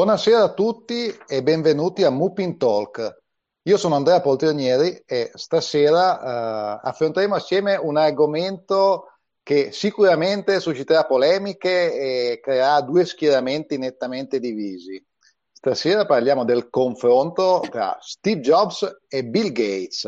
Buonasera a tutti e benvenuti a Mupin Talk. Io sono Andrea Poltronieri e stasera affronteremo assieme un argomento che sicuramente susciterà polemiche e creerà due schieramenti nettamente divisi. Stasera parliamo del confronto tra Steve Jobs e Bill Gates.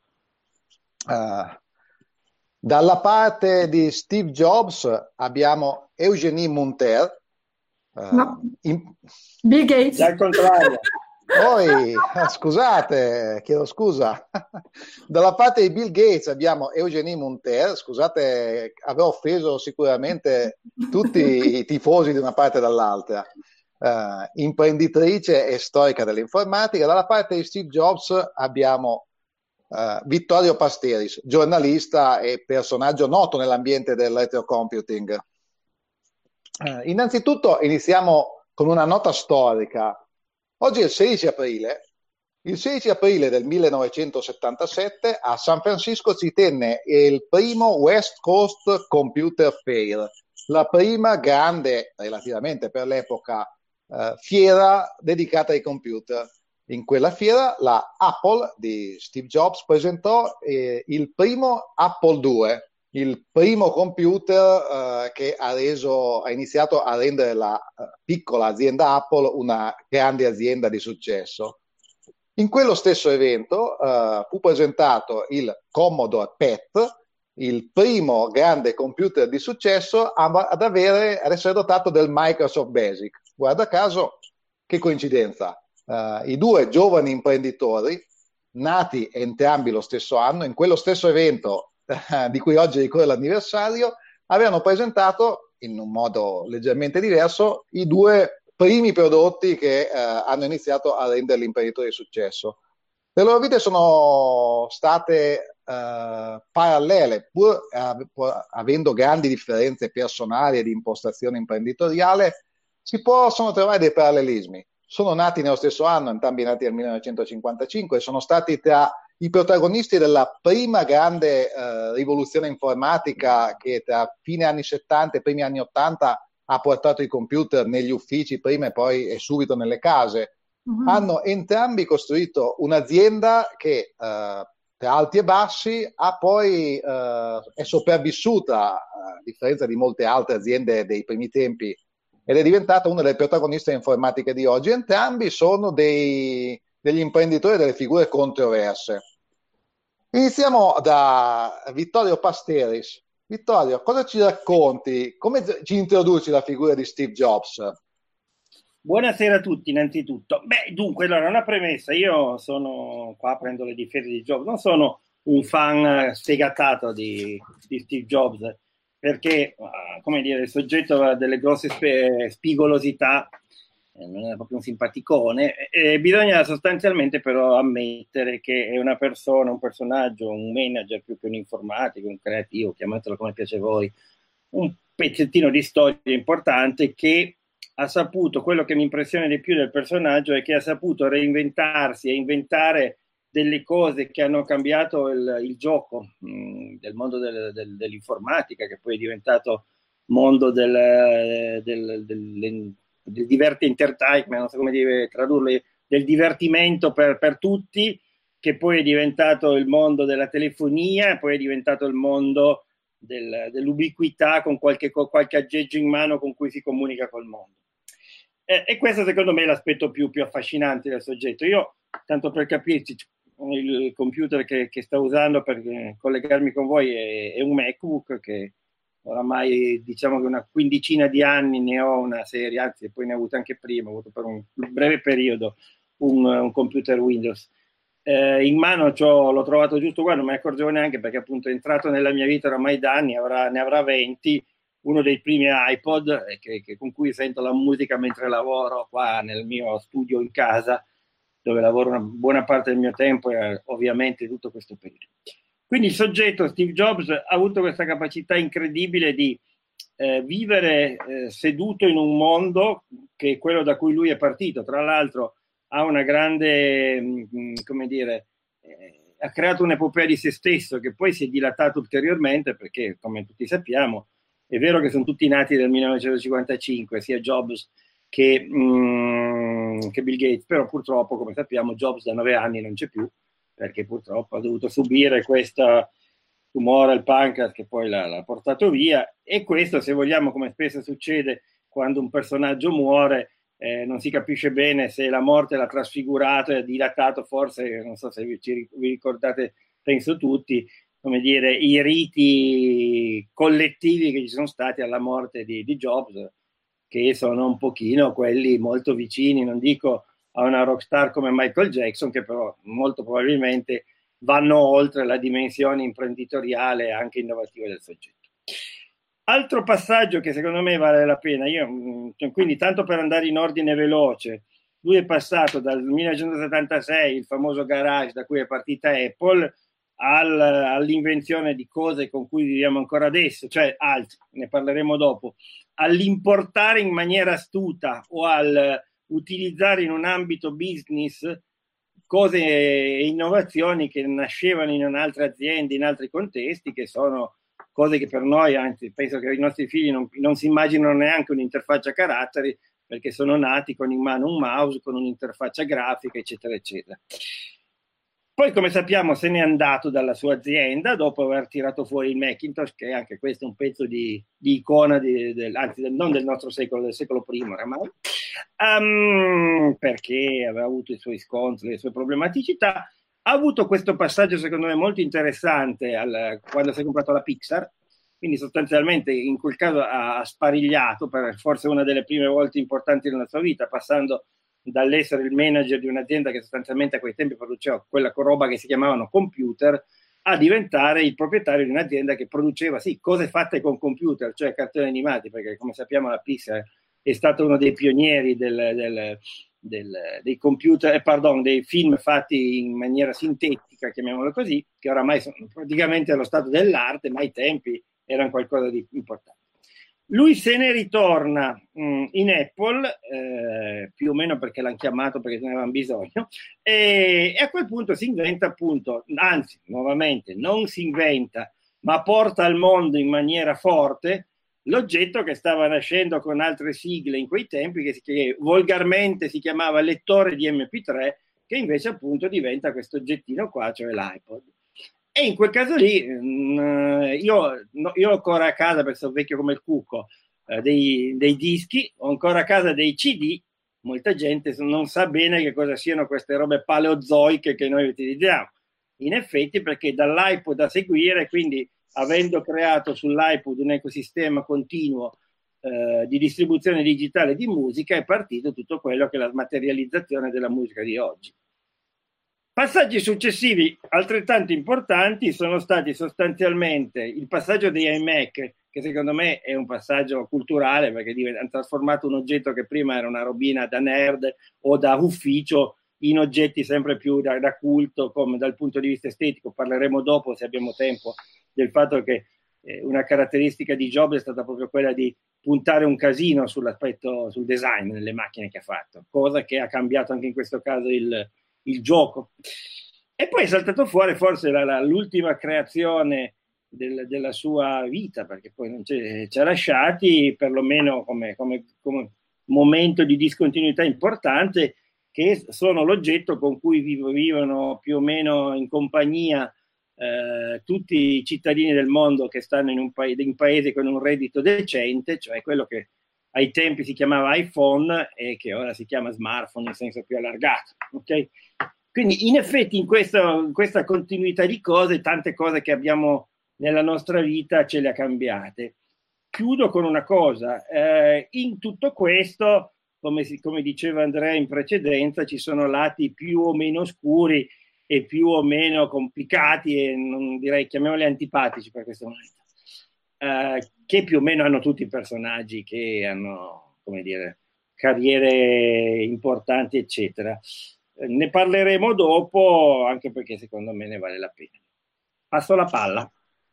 Dalla parte di Steve Jobs abbiamo Eugénie Munter. No, in- Bill Gates. Al contrario. Poi, scusate, chiedo scusa. Dalla parte di Bill Gates abbiamo Eugénie Munter. Scusate, avevo offeso sicuramente tutti i tifosi di una parte e dall'altra. Imprenditrice e storica dell'informatica. Dalla parte di Steve Jobs abbiamo Vittorio Pasteris, giornalista e personaggio noto nell'ambiente del retrocomputing. Innanzitutto iniziamo con una nota storica. Oggi è il 16 aprile. Il 16 aprile del 1977 a San Francisco si tenne il primo West Coast Computer Fair, la prima grande, relativamente per l'epoca, fiera dedicata ai computer. In quella fiera la Apple di Steve Jobs presentò il primo Apple II, il primo computer che ha iniziato a rendere la piccola azienda Apple una grande azienda di successo. In quello stesso evento fu presentato il Commodore PET, il primo grande computer di successo ad essere dotato del Microsoft Basic. Guarda caso, che coincidenza. I due giovani imprenditori, nati entrambi lo stesso anno, in quello stesso evento di cui oggi ricorre l'anniversario, avevano presentato in un modo leggermente diverso i due primi prodotti che hanno iniziato a rendere l'imprenditore di successo. Le loro vite sono state parallele, pur avendo grandi differenze personali e di impostazione imprenditoriale, si possono trovare dei parallelismi. Sono nati nello stesso anno, entrambi nati nel 1955, sono stati tra i protagonisti della prima grande rivoluzione informatica che tra fine anni 70 e primi anni 80 ha portato i computer negli uffici prima e poi e subito nelle case. Hanno entrambi costruito un'azienda che tra alti e bassi è sopravvissuta, a differenza di molte altre aziende dei primi tempi, ed è diventata una delle protagoniste informatiche di oggi. Entrambi sono degli imprenditori, delle figure controverse. Iniziamo da Vittorio Pasteris. Vittorio, cosa ci racconti? Come ci introduci la figura di Steve Jobs? Buonasera a tutti innanzitutto. Dunque, allora, una premessa. Io sono qua, prendo le difese di Jobs. Non sono un fan sfegatato di Steve Jobs, perché, come dire, il soggetto aveva delle grosse spigolosità, non era proprio un simpaticone. Bisogna sostanzialmente però ammettere che è una persona, un personaggio, un manager più che un informatico, un creativo, chiamatelo come piace a voi, un pezzettino di storia importante che ha saputo, quello che mi impressiona di più del personaggio è che ha saputo reinventarsi e inventare delle cose che hanno cambiato il gioco del mondo dell'informatica, che poi è diventato mondo del divert entertainment, non so come dire, tradurlo, del divertimento per tutti, che poi è diventato il mondo della telefonia, poi è diventato il mondo dell'ubiquità con qualche aggeggio in mano con cui si comunica col mondo. E questo secondo me è l'aspetto più affascinante del soggetto. Io, tanto per capirci, il computer che sto usando per collegarmi con voi è un MacBook che oramai diciamo che una quindicina di anni ne ho una serie, anzi poi ne ho avuto anche prima, ho avuto per un breve periodo un computer Windows. In mano l'ho trovato giusto qua, non me ne accorgevo neanche perché appunto è entrato nella mia vita oramai da anni, ne avrà 20, uno dei primi iPod con cui sento la musica mentre lavoro qua nel mio studio in casa, dove lavoro una buona parte del mio tempo e ovviamente tutto questo periodo. Quindi il soggetto Steve Jobs ha avuto questa capacità incredibile di vivere seduto in un mondo che è quello da cui lui è partito. Tra l'altro ha una grande, come dire, ha creato un'epopea di se stesso che poi si è dilatato ulteriormente perché, come tutti sappiamo, è vero che sono tutti nati nel 1955, sia Jobs che che Bill Gates, però purtroppo, come sappiamo, Jobs da 9 anni non c'è più, perché purtroppo ha dovuto subire questa tumore al pancreas che poi l'ha portato via, e questo, se vogliamo, come spesso succede quando un personaggio muore, non si capisce bene se la morte l'ha trasfigurato e ha dilatato, forse, non so se vi ricordate, penso tutti, come dire, i riti collettivi che ci sono stati alla morte di Jobs, che sono un pochino quelli molto vicini, non dico a una rockstar come Michael Jackson, che però molto probabilmente vanno oltre la dimensione imprenditoriale e anche innovativa del soggetto. Altro passaggio che secondo me vale la pena, quindi tanto per andare in ordine veloce, lui è passato dal 1976, il famoso garage da cui è partita Apple, all'invenzione di cose con cui viviamo ancora adesso, cioè altri, ne parleremo dopo, all'importare in maniera astuta o al utilizzare in un ambito business cose e innovazioni che nascevano in altre aziende, in altri contesti, che sono cose che per noi, anzi penso che i nostri figli non si immaginano neanche un'interfaccia a caratteri, perché sono nati con in mano un mouse, con un'interfaccia grafica, eccetera, eccetera. Poi, come sappiamo, se n'è andato dalla sua azienda dopo aver tirato fuori il Macintosh, che anche questo è un pezzo di icona, non del nostro secolo, del secolo primo oramai, perché aveva avuto i suoi scontri, le sue problematicità. Ha avuto questo passaggio, secondo me, molto interessante quando si è comprato la Pixar, quindi sostanzialmente in quel caso ha sparigliato per forse una delle prime volte importanti nella sua vita, passando dall'essere il manager di un'azienda che sostanzialmente a quei tempi produceva quella roba che si chiamavano computer, a diventare il proprietario di un'azienda che produceva sì cose fatte con computer, cioè cartoni animati, perché come sappiamo la Pixar è stato uno dei pionieri dei computer, dei film fatti in maniera sintetica, chiamiamolo così, che oramai sono praticamente allo stato dell'arte, ma ai tempi erano qualcosa di importante. Lui se ne ritorna in Apple, più o meno perché l'hanno chiamato, perché ne avevano bisogno, e a quel punto si inventa appunto, anzi, nuovamente, non si inventa, ma porta al mondo in maniera forte l'oggetto che stava nascendo con altre sigle in quei tempi, che volgarmente si chiamava lettore di MP3, che invece appunto diventa questo oggettino qua, cioè l'iPod. E in quel caso lì io ho ancora a casa, perché sono vecchio come il cucco, dei dischi, ho ancora a casa dei CD. Molta gente non sa bene che cosa siano queste robe paleozoiche che noi utilizziamo. In effetti, perché dall'iPod a seguire, quindi avendo creato sull'iPod un ecosistema continuo di distribuzione digitale di musica, è partito tutto quello che è la materializzazione della musica di oggi. Passaggi successivi altrettanto importanti sono stati sostanzialmente il passaggio degli iMac, che secondo me è un passaggio culturale, perché hanno trasformato un oggetto che prima era una robina da nerd o da ufficio in oggetti sempre più da culto, come dal punto di vista estetico. Parleremo dopo, se abbiamo tempo, del fatto che una caratteristica di Jobs è stata proprio quella di puntare un casino sull'aspetto, sul design delle macchine che ha fatto, cosa che ha cambiato anche in questo caso il gioco. E poi è saltato fuori forse l'ultima creazione della sua vita, perché poi non ci ha lasciati, perlomeno come momento di discontinuità importante, che sono l'oggetto con cui vivono più o meno in compagnia tutti i cittadini del mondo che stanno in paesi con un reddito decente, cioè quello che ai tempi si chiamava iPhone e che ora si chiama smartphone in senso più allargato, ok? Quindi in effetti in questa continuità di cose, tante cose che abbiamo nella nostra vita ce le ha cambiate. Chiudo con una cosa, in tutto questo, come diceva Andrea in precedenza, ci sono lati più o meno oscuri e più o meno complicati e non direi, chiamiamoli antipatici per questo momento, che più o meno hanno tutti i personaggi che hanno, come dire, carriere importanti, eccetera. Ne parleremo dopo, anche perché secondo me ne vale la pena. Passo la palla.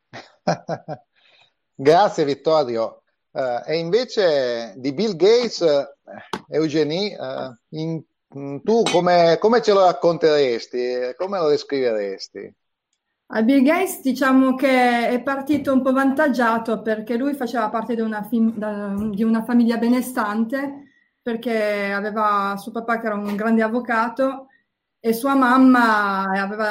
Grazie Vittorio. E invece di Bill Gates, Eugenie, tu come ce lo racconteresti? Come lo descriveresti? A Bill Gates diciamo che è partito un po' vantaggiato perché lui faceva parte di una famiglia benestante perché aveva suo papà che era un grande avvocato e sua mamma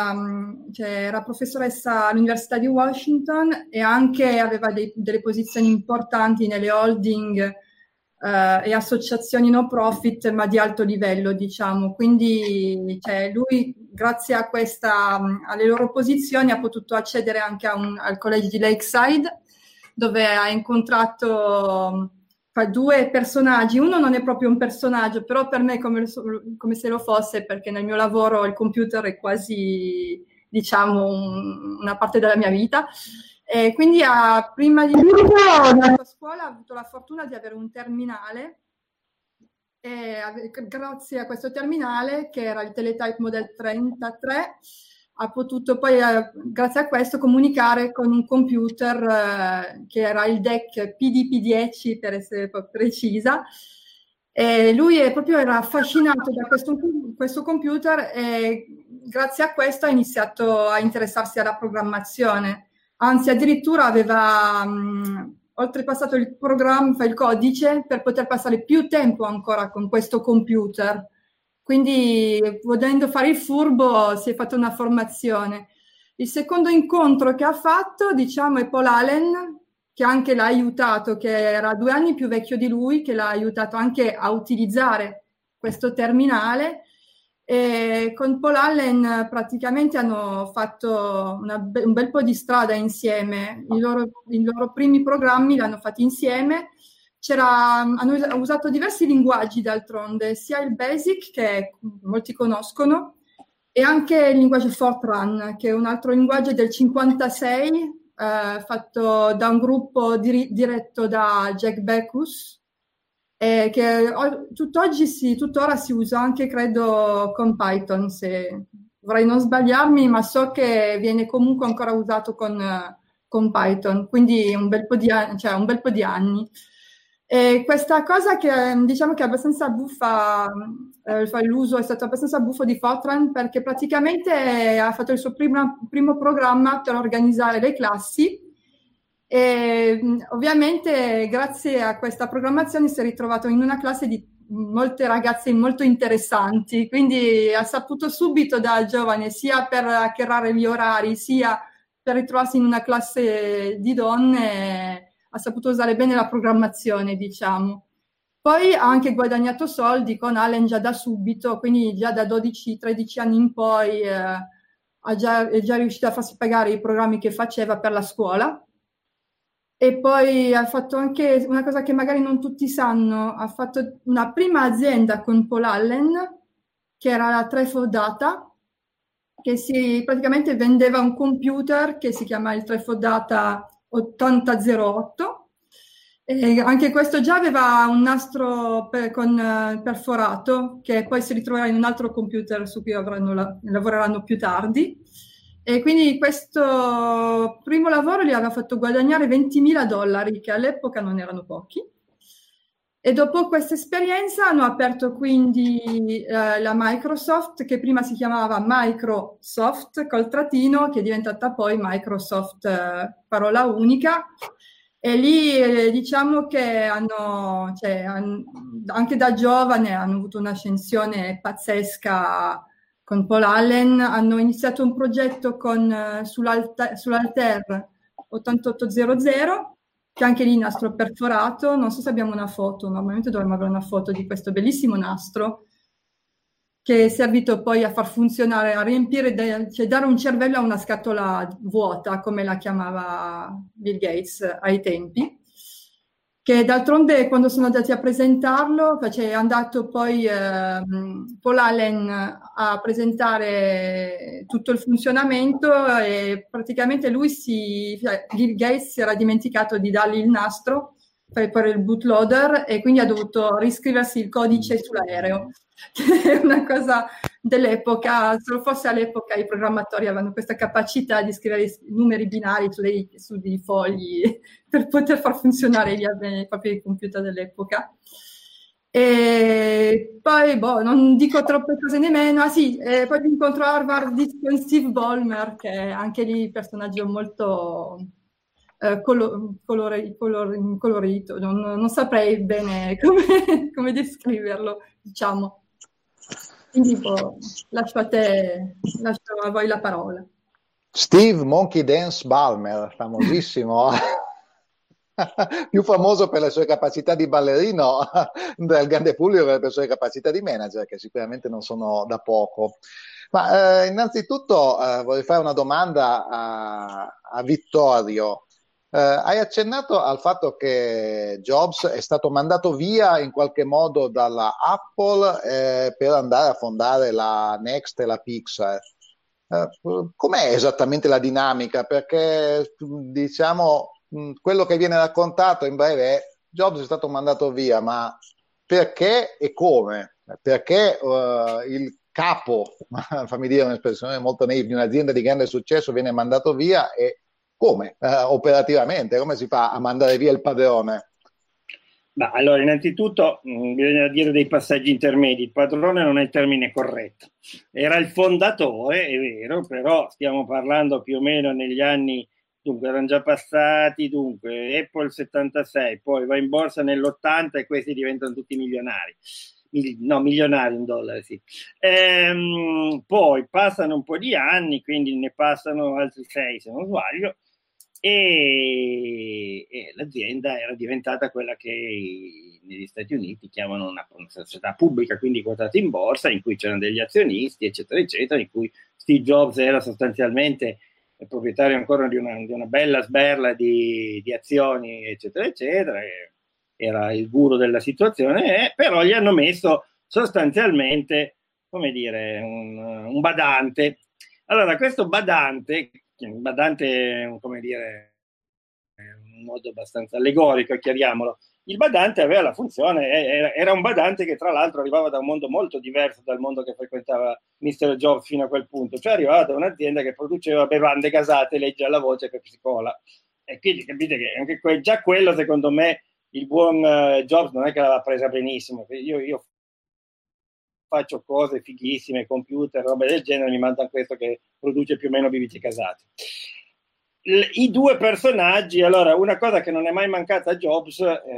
era professoressa all'Università di Washington e anche aveva delle posizioni importanti nelle holding e associazioni no profit, ma di alto livello, diciamo. Quindi lui, grazie a alle loro posizioni, ha potuto accedere anche al College di Lakeside, dove ha incontrato due personaggi. Uno non è proprio un personaggio, però per me è come se lo fosse, perché nel mio lavoro il computer è quasi, diciamo, una parte della mia vita. E quindi prima di tutto a scuola ha avuto la fortuna di avere un terminale e grazie a questo terminale, che era il Teletype Model 33, ha potuto poi, grazie a questo, comunicare con un computer che era il DEC PDP-10, per essere precisa. E lui era affascinato da questo computer e grazie a questo ha iniziato a interessarsi alla programmazione. Anzi, addirittura aveva oltrepassato il programma, il codice, per poter passare più tempo ancora con questo computer. Quindi, volendo fare il furbo, si è fatta una formazione. Il secondo incontro che ha fatto, diciamo, è Paul Allen, che anche l'ha aiutato, che era 2 anni più vecchio di lui, che l'ha aiutato anche a utilizzare questo terminale. E con Paul Allen praticamente hanno fatto un bel po' di strada insieme. I loro primi programmi l'hanno fatti insieme. Hanno usato diversi linguaggi, d'altronde, sia il BASIC, che molti conoscono, e anche il linguaggio Fortran, che è un altro linguaggio del 56, fatto da un gruppo diretto da Jack Backus, che tuttora si usa anche, credo, con Python, se vorrei non sbagliarmi, ma so che viene comunque ancora usato con Python, quindi un bel po' di anni. E questa cosa che diciamo che è abbastanza buffa, l'uso è stato abbastanza buffo di Fortran, perché praticamente ha fatto il suo primo programma per organizzare le classi. E ovviamente grazie a questa programmazione si è ritrovato in una classe di molte ragazze molto interessanti, quindi ha saputo subito da giovane, sia per hackerare gli orari, sia per ritrovarsi in una classe di donne, ha saputo usare bene la programmazione, diciamo. Poi ha anche guadagnato soldi con Allen già da subito, quindi già da 12-13 anni in poi è già riuscito a farsi pagare i programmi che faceva per la scuola. E poi ha fatto anche una cosa che magari non tutti sanno, ha fatto una prima azienda con Paul Allen, che era la Treford Data, che praticamente vendeva un computer che si chiama il Treford Data 8008. E anche questo già aveva un nastro perforato, che poi si ritroverà in un altro computer su cui lavoreranno più tardi. E quindi questo primo lavoro gli aveva fatto guadagnare $20.000, che all'epoca non erano pochi. E dopo questa esperienza hanno aperto quindi la Microsoft, che prima si chiamava Microsoft col trattino, che è diventata poi Microsoft parola unica. E lì diciamo che anche da giovane hanno avuto un'ascensione pazzesca con Paul Allen. Hanno iniziato un progetto sull'Altair 8800, che anche lì nastro perforato. Non so se abbiamo una foto, normalmente dovremmo avere una foto di questo bellissimo nastro, che è servito poi a far funzionare, a riempire, dare un cervello a una scatola vuota, come la chiamava Bill Gates ai tempi, che d'altronde quando sono andati a presentarlo, è andato poi Paul Allen a presentare tutto il funzionamento e praticamente Bill Gates si era dimenticato di dargli il nastro per il bootloader e quindi ha dovuto riscriversi il codice sull'aereo, che è una cosa dell'epoca. Se lo fosse all'epoca i programmatori avevano questa capacità di scrivere i numeri binari su dei fogli per poter far funzionare i propri computer dell'epoca. E poi non dico troppe cose nemmeno. Poi incontro a Harvard con Steve Ballmer, che è anche lì un personaggio molto colorito, non saprei bene come descriverlo, diciamo. Quindi lascio a voi la parola. Steve Monkey Dance Ballmer, famosissimo, più famoso per le sue capacità di ballerino del grande pubblico che per le sue capacità di manager, che sicuramente non sono da poco. Ma innanzitutto vorrei fare una domanda a Vittorio. Hai accennato al fatto che Jobs è stato mandato via in qualche modo dalla Apple per andare a fondare la Next e la Pixar. Com'è esattamente la dinamica? Perché diciamo quello che viene raccontato in breve è Jobs è stato mandato via, ma perché e come? Perché il capo, fammi dire un'espressione molto naive, di un'azienda di grande successo viene mandato via e come operativamente? Come si fa a mandare via il padrone? Ma allora, innanzitutto bisogna dire dei passaggi intermedi. Il padrone non è il termine corretto. Era il fondatore, è vero, però stiamo parlando più o meno negli anni, dunque erano già passati, dunque Apple 76, poi va in borsa nell'80 e questi diventano tutti milionari. No, milionari in dollari, sì. Poi passano un po' di anni, quindi ne passano altri 6 se non sbaglio, e l'azienda era diventata quella che negli Stati Uniti chiamano una società pubblica, quindi quotata in borsa, in cui c'erano degli azionisti, eccetera, eccetera, in cui Steve Jobs era sostanzialmente proprietario ancora di una bella sberla di azioni, eccetera, eccetera, era il guru della situazione, però gli hanno messo sostanzialmente, come dire, un badante. Allora, questo badante, come dire, è un modo abbastanza allegorico, chiariamolo. Il badante aveva la funzione, era un badante che tra l'altro arrivava da un mondo molto diverso dal mondo che frequentava Mr. Jobs fino a quel punto, cioè arrivava da un'azienda che produceva bevande gasate, legge alla voce Pepsi Cola. E quindi capite che anche già quello, secondo me, il buon Jobs non è che l'aveva presa benissimo. Io faccio cose fighissime, computer, robe del genere, mi mandano questo che produce più o meno bibite casate. I due personaggi, allora, una cosa che non è mai mancata a Jobs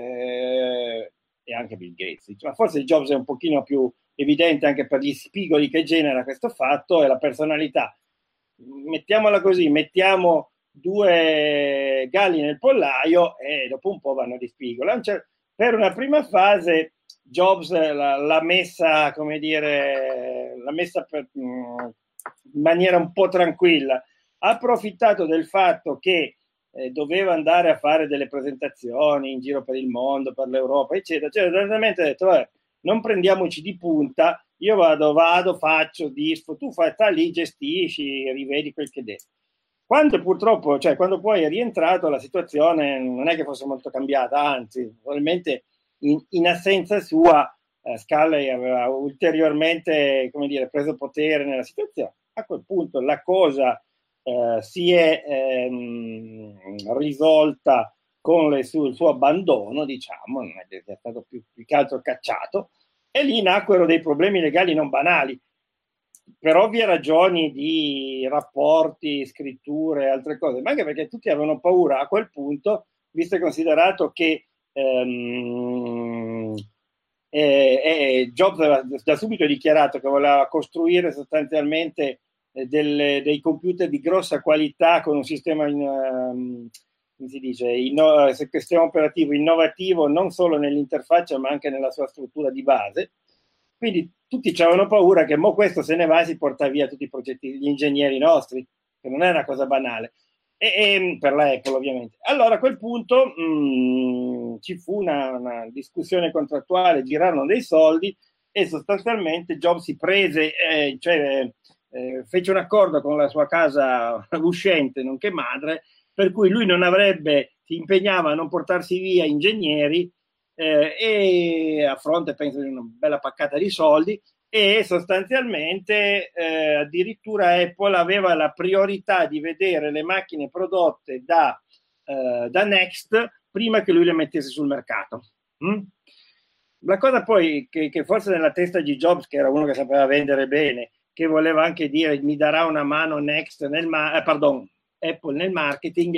e anche Bill Gates, ma forse Jobs è un pochino più evidente anche per gli spigoli che genera questo fatto, è la personalità. Mettiamola così, mettiamo due galli nel pollaio e dopo un po' vanno di spigolo. Per una prima fase Jobs l'ha messa, come dire, in maniera un po' tranquilla. Ha approfittato del fatto che doveva andare a fare delle presentazioni in giro per il mondo, per l'Europa, eccetera. Cioè, veramente ha detto, non prendiamoci di punta, io vado, faccio, disfo, tu sta lì, gestisci, rivedi quel che devi. Quando purtroppo, cioè quando poi è rientrato, la situazione non è che fosse molto cambiata, anzi, probabilmente in assenza sua Sculley aveva ulteriormente, come dire, preso potere nella situazione. A quel punto la cosa si è risolta con il suo abbandono, diciamo, non è che è stato più che altro cacciato, e lì nacquero dei problemi legali non banali, per ovvie ragioni di rapporti, scritture e altre cose, ma anche perché tutti avevano paura a quel punto, visto e considerato che Jobs aveva da subito dichiarato che voleva costruire sostanzialmente dei computer di grossa qualità con un sistema come si dice, sistema operativo innovativo non solo nell'interfaccia ma anche nella sua struttura di base. Quindi tutti avevano paura che questo se ne va e si porta via tutti i progetti, gli ingegneri nostri, che non è una cosa banale, e per la Apple ovviamente. Allora a quel punto ci fu una discussione contrattuale, girarono dei soldi e sostanzialmente Jobs si prese, fece un accordo con la sua casa uscente, nonché madre, per cui lui si impegnava a non portarsi via ingegneri e a fronte penso di una bella paccata di soldi, e sostanzialmente addirittura Apple aveva la priorità di vedere le macchine prodotte da Next prima che lui le mettesse sul mercato. La cosa poi che forse nella testa di Jobs, che era uno che sapeva vendere bene, che voleva anche dire mi darà una mano Apple nel marketing,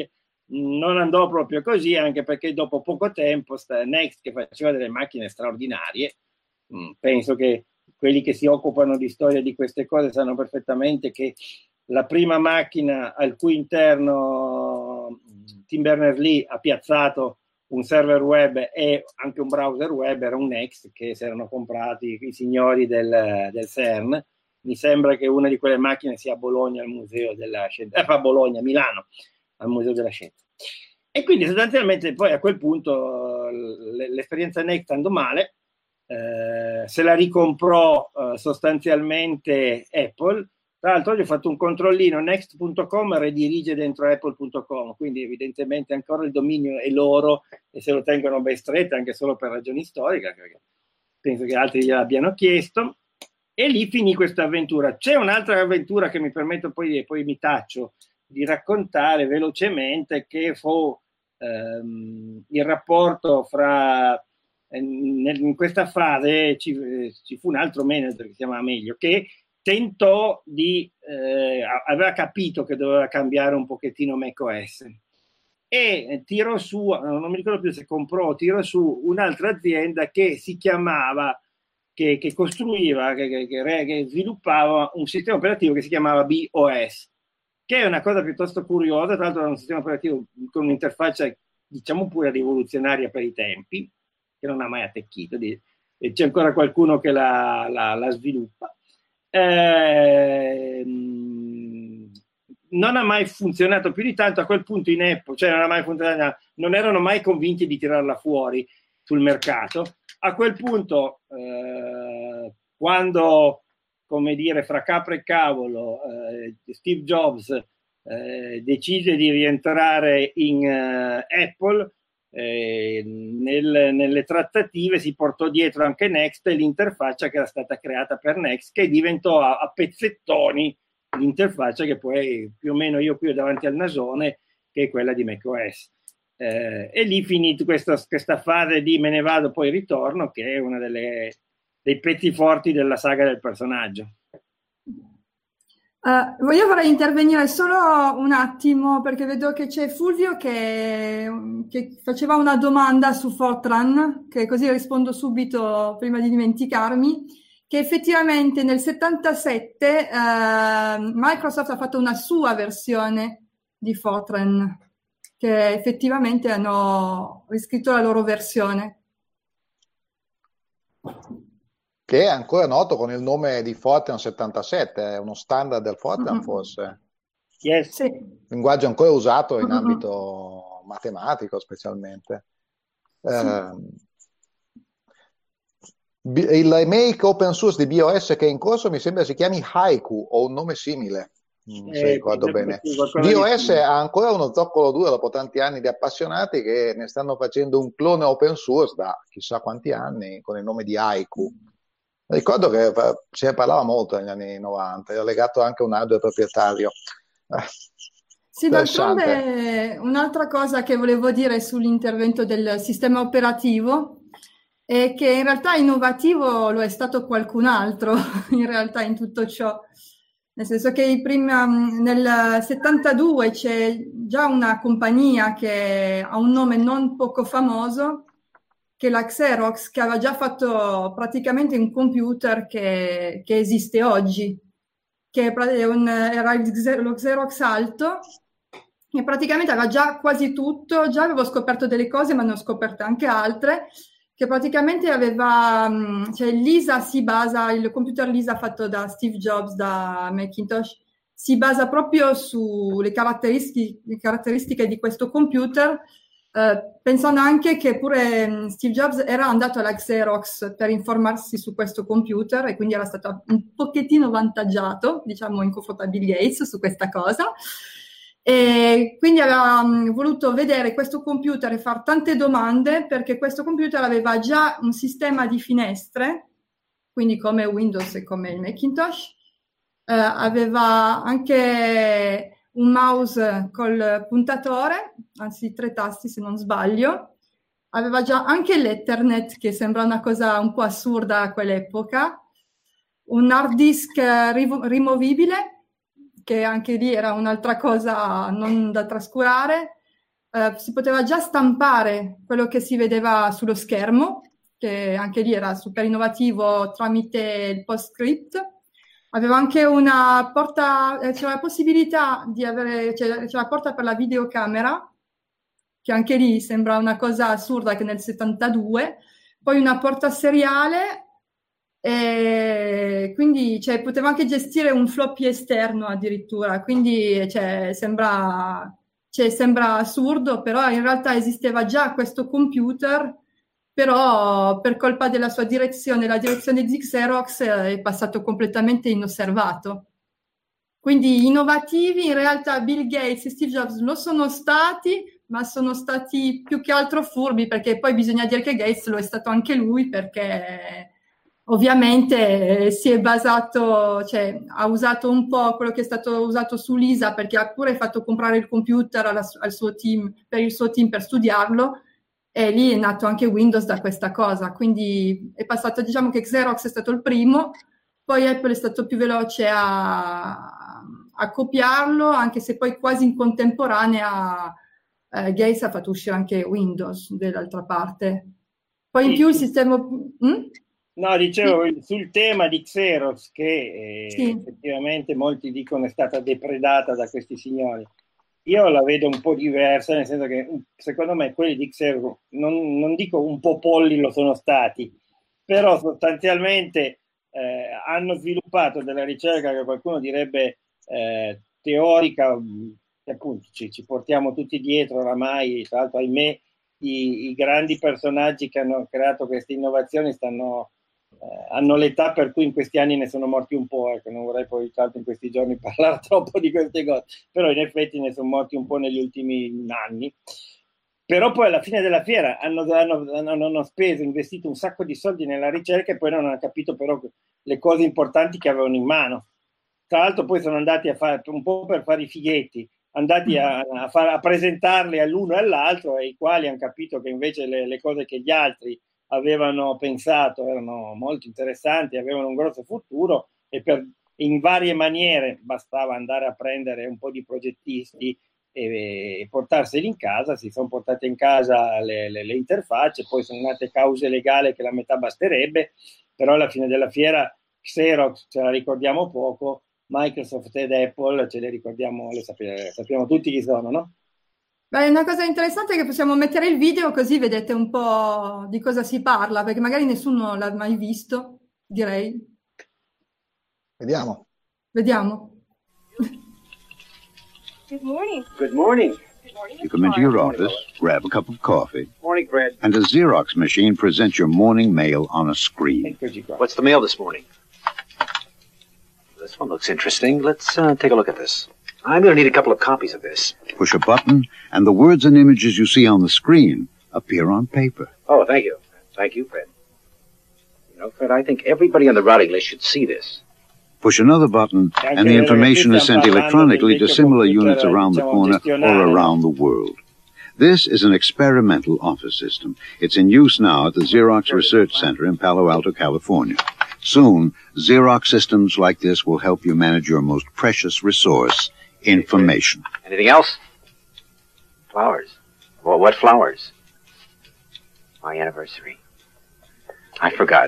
non andò proprio così, anche perché dopo poco tempo Next, che faceva delle macchine straordinarie, penso che quelli che si occupano di storia di queste cose sanno perfettamente che la prima macchina al cui interno Tim Berners-Lee ha piazzato un server web e anche un browser web era un Next che si erano comprati i signori del CERN. Mi sembra che una di quelle macchine sia a Bologna al Museo della Scienza, a Bologna, Milano, al Museo della Scienza. E quindi sostanzialmente poi a quel punto l'esperienza Next andò male, se la ricomprò sostanzialmente Apple. Tra l'altro oggi ho fatto un controllino, next.com redirige dentro apple.com, quindi evidentemente ancora il dominio è loro e se lo tengono ben stretto anche solo per ragioni storiche, perché penso che altri gliel'abbiano chiesto, e lì finì questa avventura. C'è un'altra avventura che mi permetto poi mi taccio di raccontare velocemente, che fu il rapporto fra... in questa fase ci fu un altro manager che si chiamava Meglio, che tentò aveva capito che doveva cambiare un pochettino macOS e tirò su, non mi ricordo più se comprò o tirò su un'altra azienda che si chiamava, che costruiva, che sviluppava un sistema operativo che si chiamava BOS, che è una cosa piuttosto curiosa. Tra l'altro era un sistema operativo con un'interfaccia diciamo pure rivoluzionaria per i tempi, che non ha mai attecchito, e c'è ancora qualcuno che la sviluppa. Non ha mai funzionato più di tanto. A quel punto in Apple, cioè non ha mai funzionato, non erano mai convinti di tirarla fuori sul mercato. A quel punto, quando, come dire, fra capra e cavolo, Steve Jobs decise di rientrare in Apple, nelle trattative si portò dietro anche Next e l'interfaccia che era stata creata per Next, che diventò a pezzettoni l'interfaccia che poi più o meno io qui ho davanti al nasone, che è quella di macOS. E lì finì questa fase di me ne vado poi ritorno, che è una dei pezzi forti della saga del personaggio. Io vorrei intervenire solo un attimo perché vedo che c'è Fulvio che faceva una domanda su Fortran, che così rispondo subito prima di dimenticarmi, che effettivamente nel 77 Microsoft ha fatto una sua versione di Fortran, che effettivamente hanno riscritto la loro versione. Che è ancora noto con il nome di Fortran 77, è uno standard del Fortran forse. Yes. Sì. Linguaggio ancora usato in ambito matematico specialmente. Il remake open source di BOS che è in corso mi sembra si chiami Haiku o un nome simile, se ricordo bene. BOS ha ancora uno zoccolo duro dopo tanti anni di appassionati che ne stanno facendo un clone open source da chissà quanti anni con il nome di Haiku. Ricordo che se ne parlava molto negli anni 90, era legato anche a un hardware proprietario. Sì, d'altronde un'altra cosa che volevo dire sull'intervento del sistema operativo è che in realtà innovativo lo è stato qualcun altro in realtà in tutto ciò, nel senso che nel 72 c'è già una compagnia che ha un nome non poco famoso, che è la Xerox, che aveva già fatto praticamente un computer che esiste oggi, che era lo Xerox Alto, e praticamente aveva già quasi tutto. Già avevo scoperto delle cose, ma ne ho scoperte anche altre, che praticamente aveva, cioè Lisa si basa, il computer Lisa fatto da Steve Jobs, da Macintosh, si basa proprio sulle caratteristiche di questo computer, pensando anche che pure Steve Jobs era andato alla Xerox per informarsi su questo computer e quindi era stato un pochettino vantaggiato, diciamo, in confronto a Bill Gates su questa cosa. E quindi aveva voluto vedere questo computer e fare tante domande, perché questo computer aveva già un sistema di finestre, quindi come Windows e come il Macintosh, aveva anche un mouse col puntatore, anzi 3 tasti se non sbaglio, aveva già anche l'Ethernet, che sembra una cosa un po' assurda a quell'epoca, un hard disk rimovibile, che anche lì era un'altra cosa non da trascurare, si poteva già stampare quello che si vedeva sullo schermo, che anche lì era super innovativo tramite il PostScript. Aveva anche una porta, c'era la possibilità di avere, c'era la porta per la videocamera, che anche lì sembra una cosa assurda, che nel 72, poi una porta seriale, e quindi poteva anche gestire un floppy esterno addirittura, quindi sembra assurdo, però in realtà esisteva già questo computer, però per colpa della sua direzione, la direzione di Xerox, è passato completamente inosservato. Quindi innovativi in realtà Bill Gates e Steve Jobs lo sono stati, ma sono stati più che altro furbi, perché poi bisogna dire che Gates lo è stato anche lui, perché ovviamente si è basato, ha usato un po' quello che è stato usato su Lisa, perché ha pure fatto comprare il computer al suo team, per il suo team per studiarlo, e lì è nato anche Windows da questa cosa. Quindi è passato, diciamo che Xerox è stato il primo, poi Apple è stato più veloce a copiarlo, anche se poi quasi in contemporanea Gates ha fatto uscire anche Windows dall'altra parte. Poi in più il sistema... No, dicevo, sul tema di Xerox, che effettivamente molti dicono è stata depredata da questi signori. Io la vedo un po' diversa, nel senso che secondo me quelli di Xerox, non dico un po' polli lo sono stati, però sostanzialmente hanno sviluppato della ricerca che qualcuno direbbe teorica, che appunto ci portiamo tutti dietro oramai. Tra l'altro, ahimè, i grandi personaggi che hanno creato queste innovazioni hanno l'età per cui in questi anni ne sono morti un po', non vorrei poi tanto in questi giorni parlare troppo di queste cose, però in effetti ne sono morti un po' negli ultimi anni. Però poi alla fine della fiera hanno speso, investito un sacco di soldi nella ricerca e poi non hanno capito però le cose importanti che avevano in mano. Tra l'altro poi sono andati a fare un po' per fare i fighetti, andati a presentarli all'uno e all'altro, e i quali hanno capito che invece le cose che gli altri avevano pensato erano molto interessanti, avevano un grosso futuro, e in varie maniere bastava andare a prendere un po' di progettisti e portarseli in casa. Si sono portate in casa le interfacce, poi sono nate cause legali che la metà basterebbe, però alla fine della fiera Xerox ce la ricordiamo poco, Microsoft ed Apple ce le ricordiamo, sappiamo tutti chi sono, no? Beh, una cosa interessante è che possiamo mettere il video, così vedete un po' di cosa si parla, perché magari nessuno l'ha mai visto, direi. Vediamo. Good morning. Good morning. You come into your office, grab a cup of coffee, Morning, Fred. and a Xerox machine presents your morning mail on a screen. What's the mail this morning? This one looks interesting. Let's take a look at this. I'm going to need a couple of copies of this. Push a button, and the words and images you see on the screen appear on paper. Oh, thank you. Thank you, Fred. You know, Fred, I think everybody on the routing list should see this. Push another button, and the information is sent electronically to similar units around the corner or around the world. This is an experimental office system. It's in use now at the Xerox Research Center in Palo Alto, California. Soon, Xerox systems like this will help you manage your most precious resource, information. Anything else? Flowers. Well, what flowers? My anniversary. I forgot.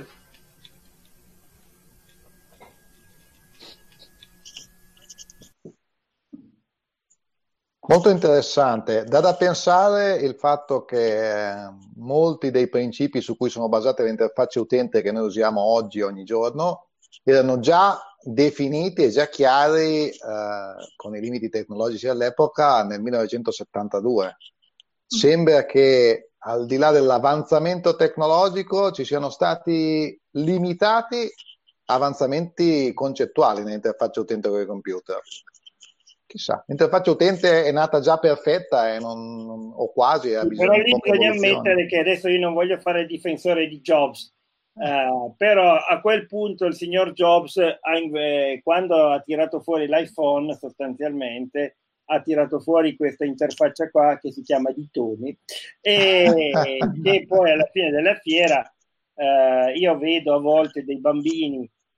Molto interessante. Dà da pensare il fatto che molti dei principi su cui sono basate le interfacce utente che noi usiamo oggi, ogni giorno, erano già definiti e già chiari con i limiti tecnologici all'epoca nel 1972. Sembra che al di là dell'avanzamento tecnologico ci siano stati limitati avanzamenti concettuali nell'interfaccia utente con i computer. Chissà, l'interfaccia utente è nata già perfetta e o quasi ha bisogno però di lì bisogna ammettere che adesso io non voglio fare il difensore di Jobs, però a quel punto il signor Jobs quando ha tirato fuori l'iPhone, sostanzialmente ha tirato fuori questa interfaccia qua che si chiama Ditoni e che poi alla fine della fiera io vedo a volte dei bambini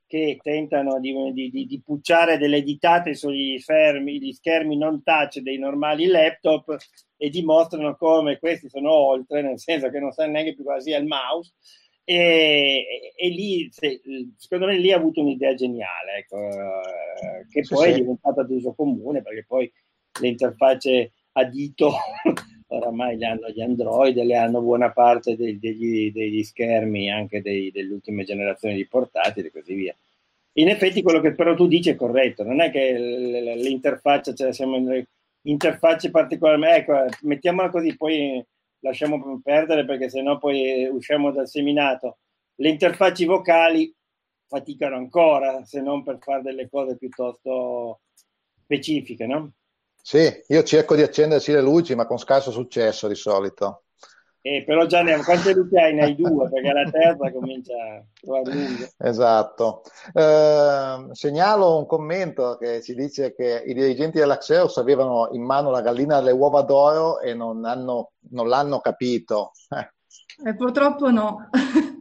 che tentano di pucciare delle ditate sugli gli schermi non touch dei normali laptop e dimostrano come questi sono oltre, nel senso che non sanno neanche più cosa sia il mouse. E lì, secondo me, lì ha avuto un'idea geniale, ecco, che poi è diventata d'uso comune, perché poi le interfacce a dito oramai le hanno gli Android, le hanno buona parte degli schermi anche delle ultime generazioni di portatili e così via. In effetti quello che però tu dici è corretto, non è che l'interfaccia, cioè siamo in interfacce particolarmente, ecco, mettiamola così, poi lasciamo perdere perché sennò poi usciamo dal seminato. Le interfacce vocali faticano ancora, se non per fare delle cose piuttosto specifiche, no? Sì, io cerco di accendersi le luci, ma con scarso successo di solito. Però già quante luci hai? Ne hai due, perché la terza comincia a trovare lungo. Esatto. Segnalo un commento che ci dice che i dirigenti dell'Axeus avevano in mano la gallina delle uova d'oro e non l'hanno capito. Purtroppo no.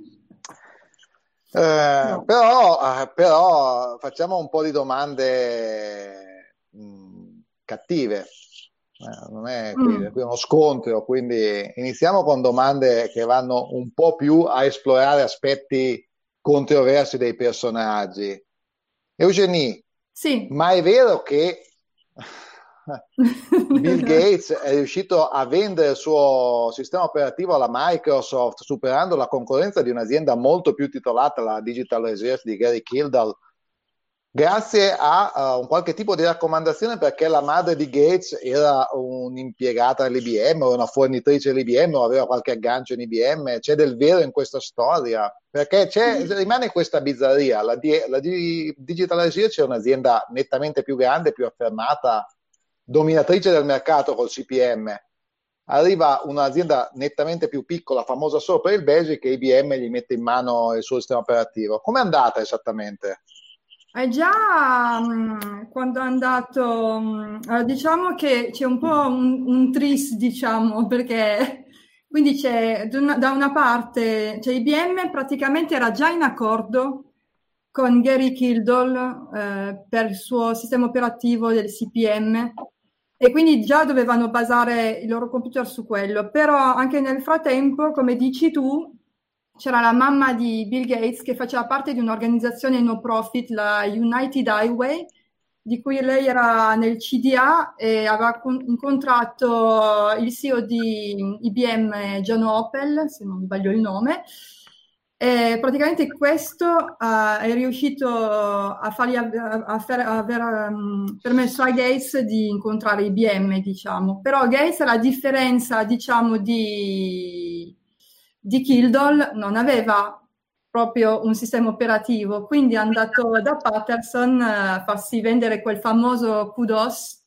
No. Però facciamo un po' di domande cattive. Non è qui uno scontro, quindi iniziamo con domande che vanno un po' più a esplorare aspetti controversi dei personaggi. Eugenie, sì. Ma è vero che Bill Gates è riuscito a vendere il suo sistema operativo alla Microsoft, superando la concorrenza di un'azienda molto più titolata, la Digital Research di Gary Kildall, grazie a un qualche tipo di raccomandazione, perché la madre di Gates era un'impiegata dell'IBM o una fornitrice dell'IBM o aveva qualche aggancio in IBM? C'è del vero in questa storia? Perché rimane questa bizzarria. La Digital Research è un'azienda nettamente più grande, più affermata, dominatrice del mercato col CPM. Arriva un'azienda nettamente più piccola, famosa solo per il Basic, e IBM gli mette in mano il suo sistema operativo. Com'è andata esattamente? Già quando è andato, diciamo che c'è un po' un tris, diciamo, perché quindi c'è da una parte, cioè IBM praticamente era già in accordo con Gary Kildall per il suo sistema operativo del CPM, e quindi già dovevano basare i loro computer su quello. Però anche nel frattempo, come dici tu, c'era la mamma di Bill Gates che faceva parte di un'organizzazione no profit, la United Highway, di cui lei era nel CDA e aveva incontrato il CEO di IBM, John Opel, se non sbaglio il nome, e praticamente questo è riuscito a fargli aver permesso a Gates di incontrare IBM, diciamo. Però Gates, a differenza, diciamo, di Kildall, non aveva proprio un sistema operativo, quindi è andato da Patterson a farsi vendere quel famoso QDOS.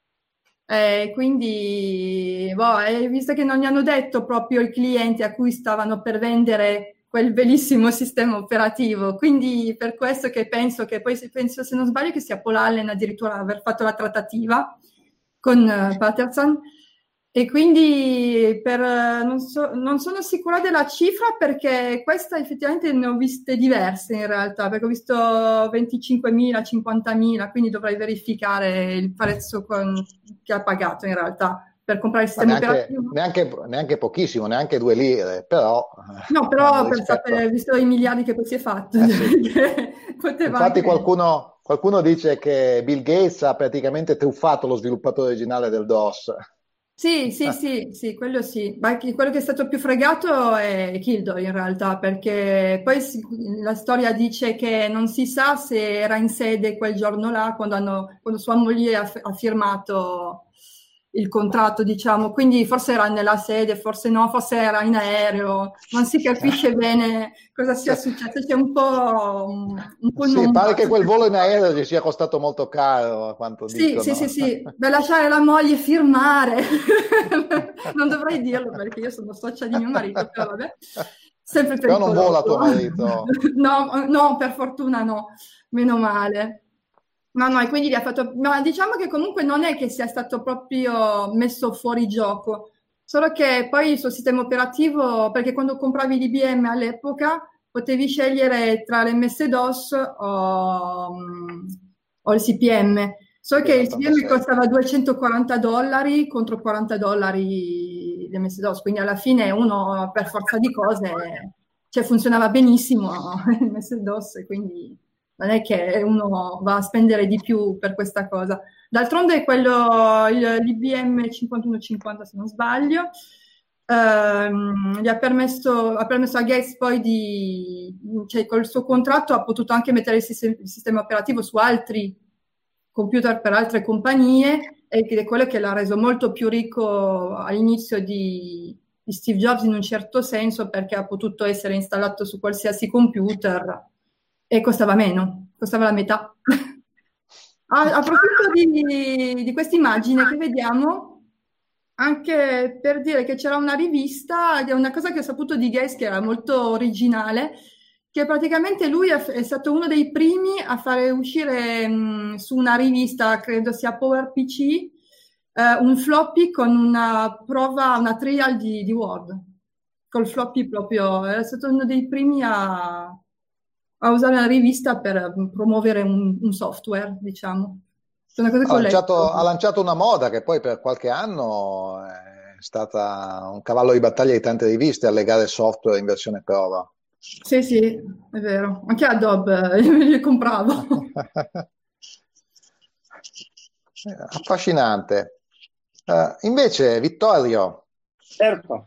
Quindi visto che non gli hanno detto proprio i clienti a cui stavano per vendere quel bellissimo sistema operativo, quindi per questo che penso, se non sbaglio, che sia Paul Allen addirittura aver fatto la trattativa con Patterson. E quindi non sono sicura della cifra, perché questa effettivamente ne ho viste diverse in realtà, perché ho visto 25.000, 50.000, quindi dovrei verificare il prezzo che ha pagato in realtà per comprare il sistema operativo. Neanche pochissimo, neanche 2 lire, però... No, però per sapere, visto i miliardi che poi si è fatto. Sì. Infatti qualcuno dice che Bill Gates ha praticamente truffato lo sviluppatore originale del DOS. Sì, quello sì. Ma quello che è stato più fregato è Kildall in realtà, perché poi la storia dice che non si sa se era in sede quel giorno là, quando sua moglie ha firmato il contratto, diciamo, quindi forse era nella sede, forse no, forse era in aereo, non si capisce bene cosa sia successo, c'è un po' sì, pare che quel volo in aereo gli sia costato molto caro, a quanto dicono. Sì, per lasciare la moglie firmare, non dovrei dirlo perché io sono socia di mio marito, però vabbè, sempre però non vola tuo marito? No, per fortuna no, meno male. No, e quindi gli ha fatto... Ma diciamo che comunque non è che sia stato proprio messo fuori gioco, solo che poi il suo sistema operativo, perché quando compravi l'IBM all'epoca potevi scegliere tra l'MS-DOS o il CP/M. So che il CP/M costava $240 contro $40 l'MS-DOS, quindi alla fine uno per forza di cose, cioè funzionava benissimo l'MS-DOS, quindi non è che uno va a spendere di più per questa cosa. D'altronde l'IBM 5150, se non sbaglio, gli ha permesso a Gates poi cioè col suo contratto ha potuto anche mettere il sistema operativo su altri computer per altre compagnie, ed è quello che l'ha reso molto più ricco all'inizio di Steve Jobs in un certo senso, perché ha potuto essere installato su qualsiasi computer e costava meno, costava la metà. A proposito di questa immagine che vediamo, anche per dire che c'era una rivista, una cosa che ho saputo di Gates che era molto originale, che praticamente lui è stato uno dei primi a fare uscire su una rivista, credo sia PowerPC, un floppy con una trial di Word, col floppy proprio, è stato uno dei primi a usare la rivista per promuovere un software, diciamo. Ha lanciato una moda che poi per qualche anno è stata un cavallo di battaglia di tante riviste, allegare software in versione prova. Sì, è vero. Anche Adobe li compravo. Affascinante. Invece, Vittorio. Certo.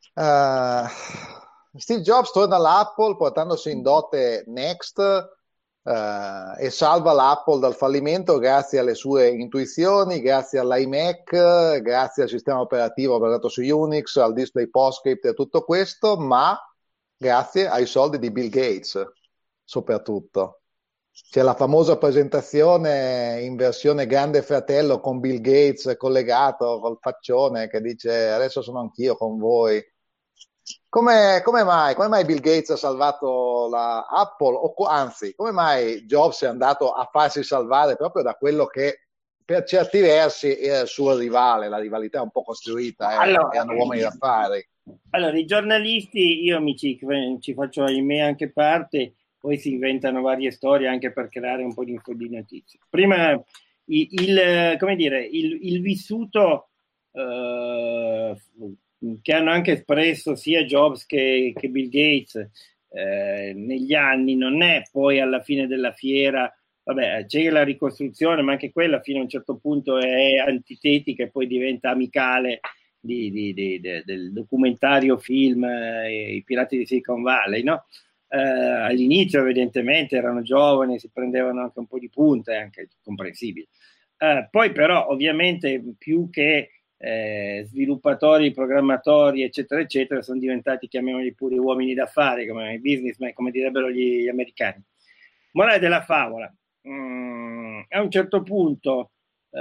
Steve Jobs torna all'Apple portandosi in dote Next e salva l'Apple dal fallimento grazie alle sue intuizioni, grazie all'iMac, grazie al sistema operativo basato su Unix, al display PostScript e tutto questo, ma grazie ai soldi di Bill Gates, soprattutto. C'è la famosa presentazione in versione Grande Fratello con Bill Gates collegato col faccione che dice adesso sono anch'io con voi. Come mai Bill Gates ha salvato la Apple, o anzi, come mai Jobs è andato a farsi salvare proprio da quello che per certi versi era il suo rivale, la rivalità un po' costruita, erano uomini d'affari. Allora, i giornalisti, io ci faccio ahimè anche parte, poi si inventano varie storie anche per creare un po' di notizie. Prima il vissuto che hanno anche espresso sia Jobs che Bill Gates negli anni non è poi alla fine della fiera, vabbè, c'è la ricostruzione, ma anche quella fino a un certo punto è antitetica e poi diventa amicale del documentario film I Pirati di Silicon Valley, no? All'inizio evidentemente erano giovani, si prendevano anche un po' di punta, è anche comprensibile. Poi però ovviamente più che sviluppatori, programmatori eccetera eccetera sono diventati, chiamiamoli pure uomini d'affari, come i businessmen, come direbbero gli americani. Morale della favola, a un certo punto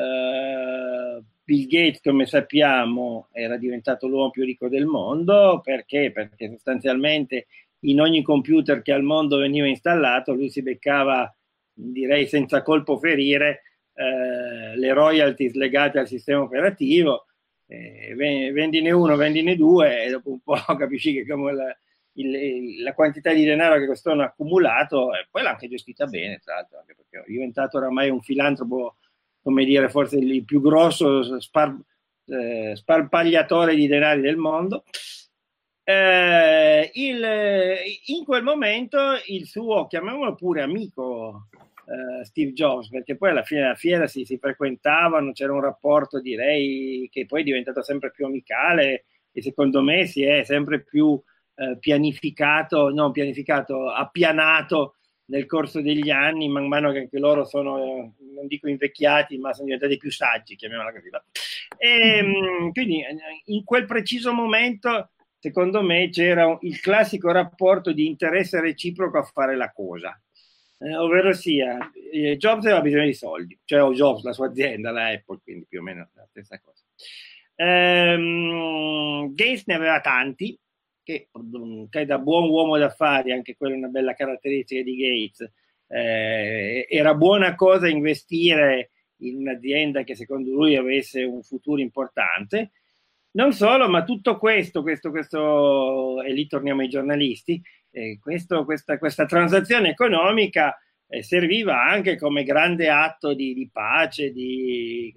Bill Gates, come sappiamo, era diventato l'uomo più ricco del mondo. Perché sostanzialmente in ogni computer che al mondo veniva installato lui si beccava, direi senza colpo ferire, le royalties legate al sistema operativo, vendine uno, vendine due, e dopo un po' capisci che come la quantità di denaro che questo hanno accumulato, e poi l'ha anche gestita bene, tra l'altro, anche perché è diventato oramai un filantropo, come dire, forse il più grosso sparpagliatore di denari del mondo. In quel momento il suo, chiamiamolo pure amico, Steve Jobs, perché poi alla fine della fiera si frequentavano, c'era un rapporto, direi, che poi è diventato sempre più amicale e secondo me si è sempre più appianato nel corso degli anni, man mano che anche loro sono, non dico invecchiati, ma sono diventati più saggi, chiamiamola così. Quindi in quel preciso momento, secondo me, c'era il classico rapporto di interesse reciproco a fare la cosa. Ovvero sia, Jobs aveva bisogno di soldi, cioè Jobs, la sua azienda, la Apple, quindi più o meno la stessa cosa. Gates ne aveva tanti, che da buon uomo d'affari, anche quella è una bella caratteristica di Gates, era buona cosa investire in un'azienda che secondo lui avesse un futuro importante. Non solo, ma tutto questo, e lì torniamo ai giornalisti, Questa transazione economica serviva anche come grande atto di pace, di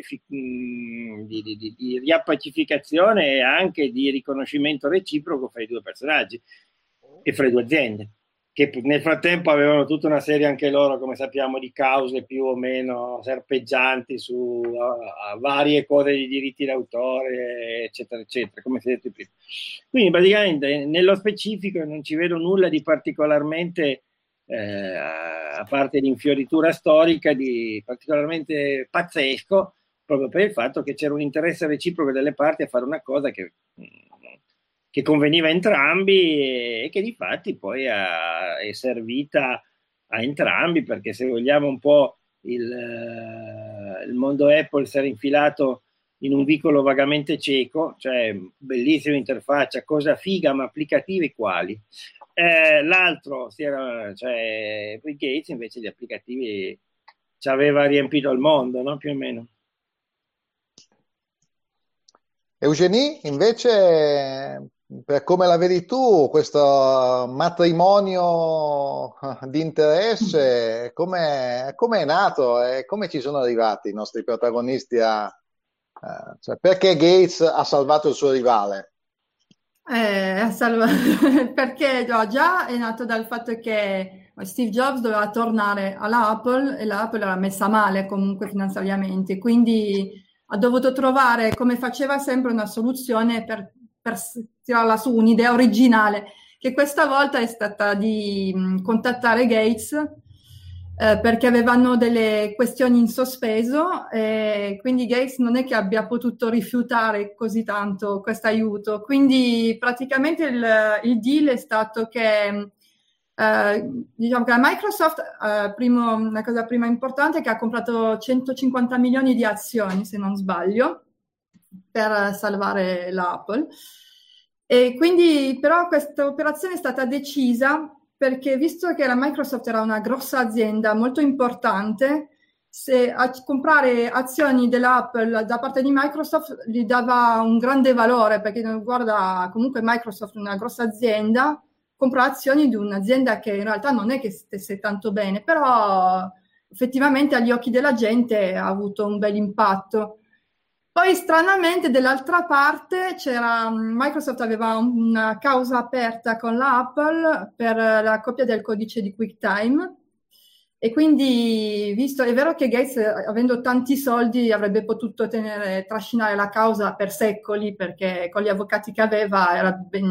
riappacificazione e anche di riconoscimento reciproco fra i due personaggi e fra le due aziende, che nel frattempo avevano tutta una serie anche loro, come sappiamo, di cause più o meno serpeggianti su varie cose di diritti d'autore, eccetera, eccetera, come si è detto prima. Quindi praticamente nello specifico non ci vedo nulla di particolarmente, a parte l'infioritura storica, di particolarmente pazzesco, proprio per il fatto che c'era un interesse reciproco delle parti a fare una cosa che conveniva a entrambi e che di fatti poi è servita a entrambi, perché se vogliamo un po' il mondo Apple si era infilato in un vicolo vagamente cieco, cioè bellissima interfaccia, cosa figa, ma applicativi quali? L'altro cioè Bill Gates invece di applicativi ci aveva riempito il mondo, no? Più o meno. Eugenie, invece, per come la vedi tu, questo matrimonio di interesse, come è nato e come ci sono arrivati i nostri protagonisti cioè, perché Gates ha salvato il suo rivale? Perché già è nato dal fatto che Steve Jobs doveva tornare all'Apple e l'Apple era messa male comunque finanziariamente, quindi ha dovuto trovare, come faceva sempre, una soluzione per tirarla su, un'idea originale, che questa volta è stata di contattare Gates perché avevano delle questioni in sospeso e quindi Gates non è che abbia potuto rifiutare così tanto questo aiuto. Quindi praticamente il deal è stato che diciamo che la Microsoft, la cosa prima importante è che ha comprato 150 milioni di azioni, se non sbaglio, per salvare l'Apple. E quindi però questa operazione è stata decisa perché, visto che la Microsoft era una grossa azienda molto importante, se a comprare azioni dell'Apple da parte di Microsoft gli dava un grande valore, perché guarda, comunque Microsoft è una grossa azienda, compra azioni di un'azienda che in realtà non è che stesse tanto bene, però effettivamente agli occhi della gente ha avuto un bel impatto. Poi stranamente dall'altra parte Microsoft aveva una causa aperta con l'Apple per la copia del codice di QuickTime e quindi è vero che Gates, avendo tanti soldi, avrebbe potuto trascinare la causa per secoli, perché con gli avvocati che aveva era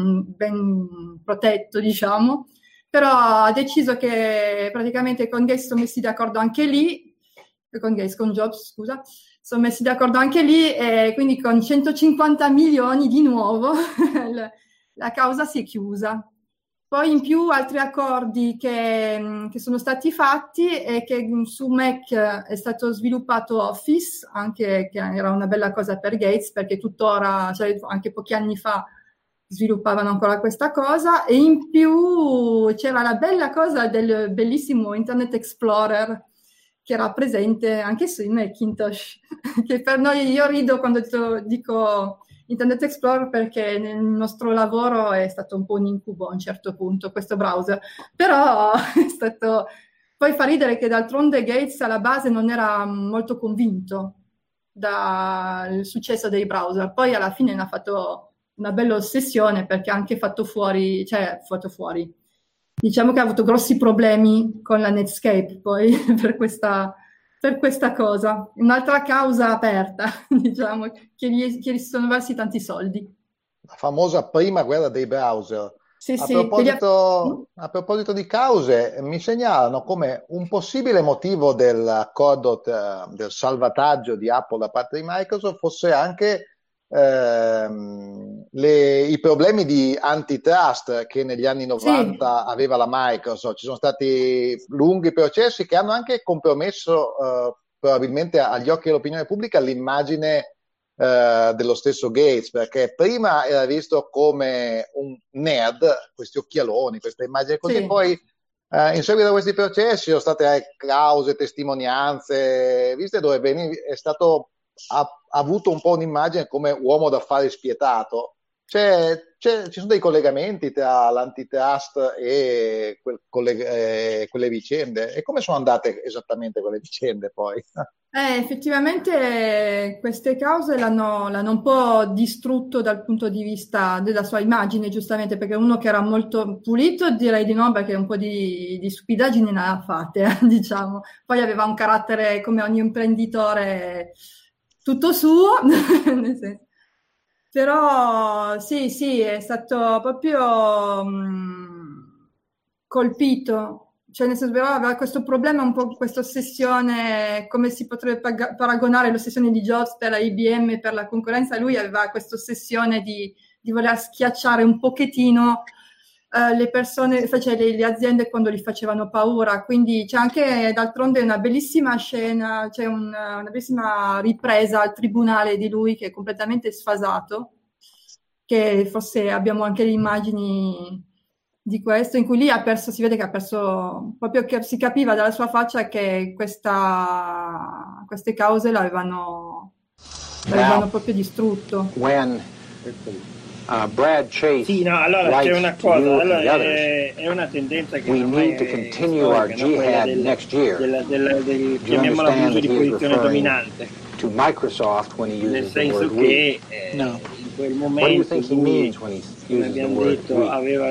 ben protetto, diciamo, però ha deciso che praticamente con Gates sono messi d'accordo anche lì, con Jobs, scusa, sono messi d'accordo anche lì e quindi con 150 milioni di nuovo la causa si è chiusa. Poi in più altri accordi che sono stati fatti è che su Mac è stato sviluppato Office, anche che era una bella cosa per Gates, perché tuttora, cioè anche pochi anni fa, sviluppavano ancora questa cosa, e in più c'era la bella cosa del bellissimo Internet Explorer, che era presente anche sui Macintosh, che per noi, io rido quando dico Internet Explorer perché nel nostro lavoro è stato un po' un incubo a un certo punto questo browser, però è stato, poi fa ridere che d'altronde Gates alla base non era molto convinto dal successo dei browser, poi alla fine ne ha fatto una bella ossessione perché ha anche fatto fuori, diciamo che ha avuto grossi problemi con la Netscape poi per questa cosa. Un'altra causa aperta, diciamo, che gli sono versi tanti soldi. La famosa prima guerra dei browser. Sì, a proposito di cause, mi segnalano come un possibile motivo dell'accordo del salvataggio di Apple da parte di Microsoft fosse anche i problemi di antitrust che negli anni 90 aveva la Microsoft. Ci sono stati lunghi processi che hanno anche compromesso probabilmente agli occhi dell'opinione pubblica l'immagine dello stesso Gates, perché prima era visto come un nerd, questi occhialoni, questa immagine così, poi in seguito a questi processi sono state cause, testimonianze viste dove ha avuto un po' un'immagine come uomo d'affari spietato. C'è ci sono dei collegamenti tra l'antitrust e quelle vicende? E come sono andate esattamente quelle vicende poi? Effettivamente queste cause l'hanno un po' distrutto dal punto di vista della sua immagine, giustamente, perché uno che era molto pulito direi di no, perché un po' di stupidaggini ne ha fatte, diciamo. Poi aveva un carattere come ogni imprenditore tutto suo, nel senso. Però sì, è stato proprio colpito. Cioè, nel senso, però aveva questo problema, un po' questa ossessione, come si potrebbe paragonare l'ossessione di Jobs per la IBM, per la concorrenza. Lui aveva questa ossessione di voler schiacciare un pochettino le persone, cioè le aziende quando gli facevano paura. Quindi c'è anche, d'altronde, una bellissima scena, c'è una bellissima ripresa al tribunale di lui che è completamente sfasato, che forse abbiamo anche le immagini di questo, in cui lì si vede che ha perso, proprio che si capiva dalla sua faccia che queste cause l'avevano proprio distrutto. When Brad Chase, sì, no, allora c'è una cosa, allora è una tendenza che ormai è storica, no? Quella del chiamiamola abuso di posizione dominante, to Microsoft when he uses nel senso the word che no. in quel momento lui, come abbiamo detto, aveva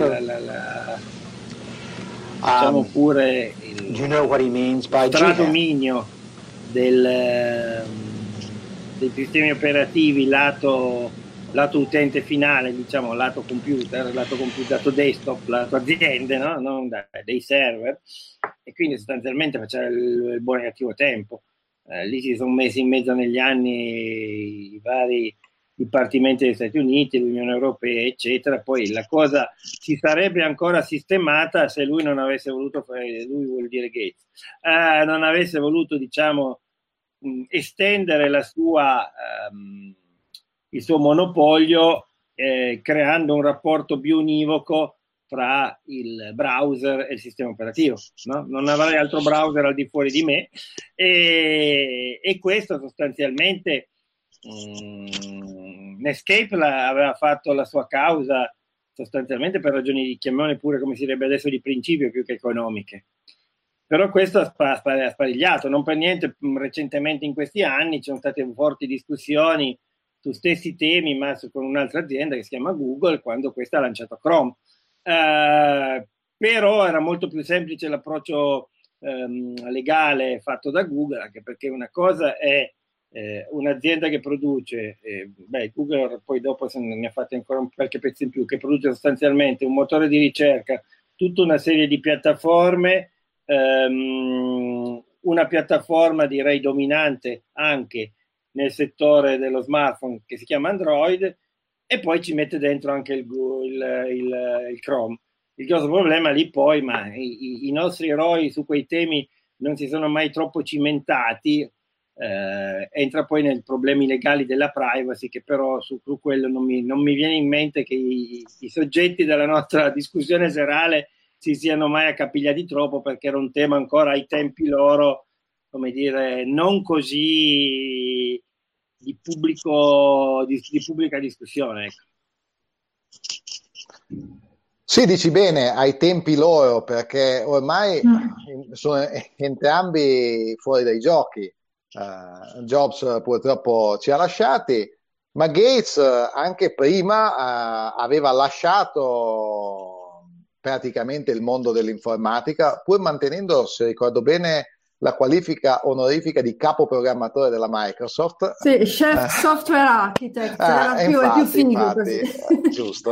diciamo pure il stradominio dei sistemi operativi lato utente finale, diciamo lato computer, lato desktop, lato aziende, no? Non dei server, e quindi sostanzialmente faceva il buon e cattivo tempo. Lì si sono messi in mezzo negli anni i vari dipartimenti degli Stati Uniti, l'Unione Europea, eccetera. Poi la cosa si sarebbe ancora sistemata se lui non avesse voluto fare, lui vuol dire Gates, non avesse voluto, diciamo, estendere il suo monopolio, creando un rapporto bionivoco tra il browser e il sistema operativo, no? Non avrei altro browser al di fuori di me, e questo sostanzialmente Netscape aveva fatto la sua causa sostanzialmente per ragioni, chiamiamole pure come si direbbe adesso, di principio più che economiche. Però questo ha sparigliato, non per niente recentemente in questi anni ci sono state forti discussioni su stessi temi, ma con un'altra azienda che si chiama Google, quando questa ha lanciato Chrome. Però era molto più semplice l'approccio legale fatto da Google, anche perché una cosa è un'azienda che produce, Google poi dopo se ne ha fatte ancora qualche pezzo in più, che produce sostanzialmente un motore di ricerca, tutta una serie di piattaforme, una piattaforma direi dominante anche nel settore dello smartphone che si chiama Android, e poi ci mette dentro anche il Chrome. Il grosso problema lì poi, ma i nostri eroi su quei temi non si sono mai troppo cimentati, entra poi nei problemi legali della privacy, che però su quello non mi viene in mente che i soggetti della nostra discussione serale si siano mai accapigliati troppo, perché era un tema ancora ai tempi loro, come dire, non così di pubblica discussione, ecco. Sì, dici bene, ai tempi loro, perché ormai sono entrambi fuori dai giochi. Jobs purtroppo ci ha lasciati, ma Gates anche prima aveva lasciato praticamente il mondo dell'informatica, pur mantenendo, se ricordo bene, la qualifica onorifica di capo programmatore della Microsoft. Sì, Chef Software Architect, era più figo così. Giusto,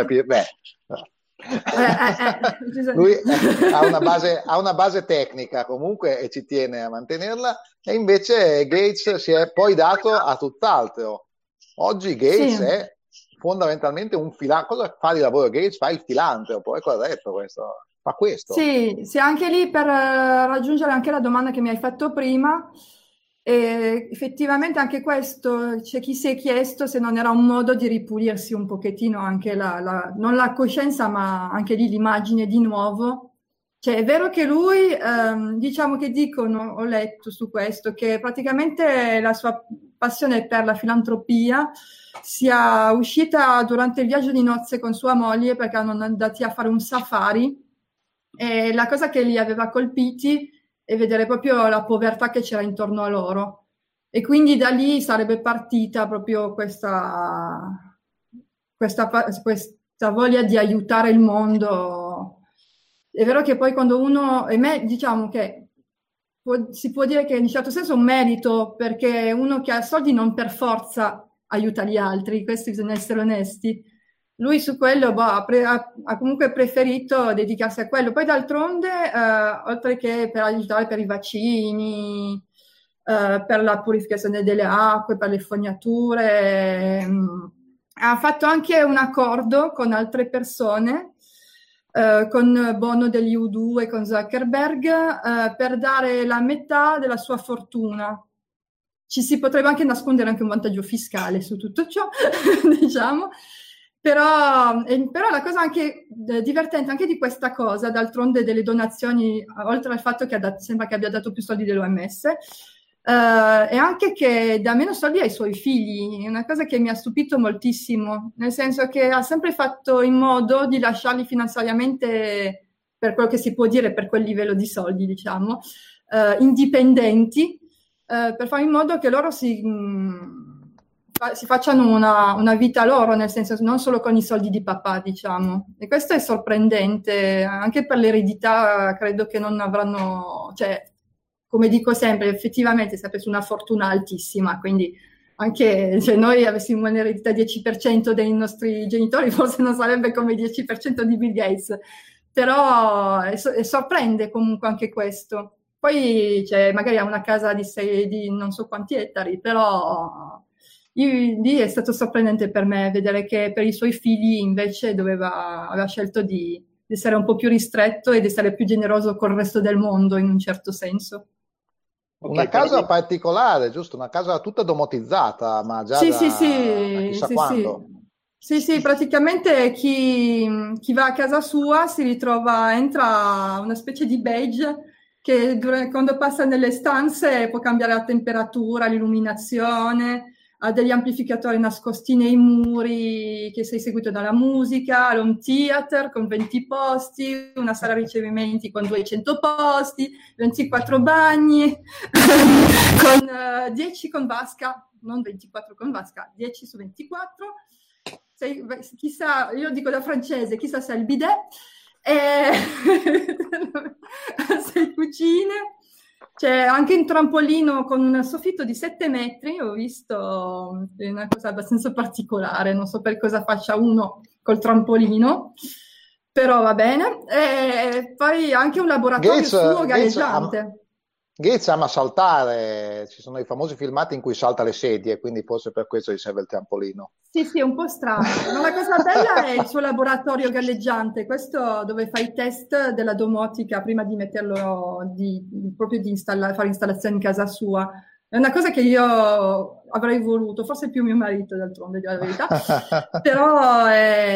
lui ha una base tecnica comunque e ci tiene a mantenerla, e invece Gates si è poi dato a tutt'altro. Oggi Gates è fondamentalmente un filantropo. Cosa fa di lavoro Gates? Fa il filantropo, è corretto questo? Fa questo. Sì, anche lì per raggiungere anche la domanda che mi hai fatto prima, effettivamente anche questo, c'è chi si è chiesto se non era un modo di ripulirsi un pochettino anche non la coscienza, ma anche lì l'immagine di nuovo. Cioè, è vero che lui, diciamo che dicono, ho letto su questo, che praticamente la sua passione per la filantropia sia uscita durante il viaggio di nozze con sua moglie, perché erano andati a fare un safari, e la cosa che li aveva colpiti è vedere proprio la povertà che c'era intorno a loro, e quindi da lì sarebbe partita proprio questa voglia di aiutare il mondo. È vero che poi quando uno, diciamo che si può dire che in un certo senso è un merito, perché uno che ha soldi non per forza aiuta gli altri, questo bisogna essere onesti. Lui su quello ha comunque preferito dedicarsi a quello. Poi d'altronde, oltre che per aiutare per i vaccini, per la purificazione delle acque, per le fognature, ha fatto anche un accordo con altre persone, con Bono degli U2 e con Zuckerberg, per dare la metà della sua fortuna. Ci si potrebbe anche nascondere anche un vantaggio fiscale su tutto ciò, diciamo. Però la cosa anche divertente anche di questa cosa, d'altronde delle donazioni, oltre al fatto che sembra che abbia dato più soldi dell'OMS, è anche che dà meno soldi ai suoi figli. È una cosa che mi ha stupito moltissimo, nel senso che ha sempre fatto in modo di lasciarli finanziariamente, per quello che si può dire, per quel livello di soldi, diciamo, indipendenti, per fare in modo che loro si facciano una vita loro, nel senso non solo con i soldi di papà, diciamo. E questo è sorprendente, anche per l'eredità. Credo che non avranno, cioè, come dico sempre, effettivamente si è preso una fortuna altissima, quindi anche se noi avessimo un'eredità 10% dei nostri genitori, forse non sarebbe come il 10% di Bill Gates, però sorprende comunque anche questo. Poi magari ha una casa di non so quanti ettari, però lì è stato sorprendente per me vedere che per i suoi figli invece aveva scelto di essere un po' più ristretto e di essere più generoso col resto del mondo, in un certo senso. Una casa particolare, giusto? Una casa tutta domotizzata, ma già chissà quando. Sì, praticamente chi va a casa sua entra una specie di badge che quando passa nelle stanze può cambiare la temperatura, l'illuminazione, ha degli amplificatori nascosti nei muri, che sei seguito dalla musica, l'home theater con 20 posti, una sala ricevimenti con 200 posti, 24 bagni, con 10 con vasca, non 24 con vasca, 10 su 24. Chissà, io dico da francese, chissà se è il bidet, 6 cucine, c'è anche un trampolino con un soffitto di 7 metri, ho visto, è una cosa abbastanza particolare, non so per cosa faccia uno col trampolino, però va bene. E poi anche un laboratorio suo galleggiante. Gates ama saltare, ci sono i famosi filmati in cui salta le sedie, quindi forse per questo gli serve il trampolino. Sì, è un po' strano, ma la cosa bella è il suo laboratorio galleggiante, questo dove fa i test della domotica prima di metterlo, proprio di fare installazioni in casa sua. È una cosa che io avrei voluto, forse più mio marito, d'altronde, di la verità, però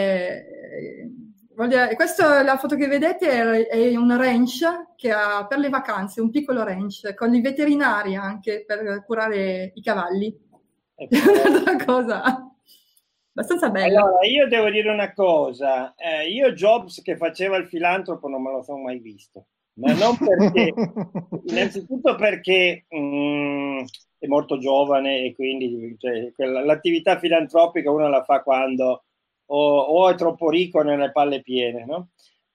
questa, la foto che vedete è un ranch che ha per le vacanze, un piccolo ranch con i veterinari anche per curare i cavalli. È una cosa abbastanza bella. Allora, io devo dire una cosa, io Jobs che faceva il filantropo non me lo sono mai visto, ma non perché, innanzitutto perché è molto giovane e quindi l'attività filantropica uno la fa quando o è troppo ricco nelle palle piene, no?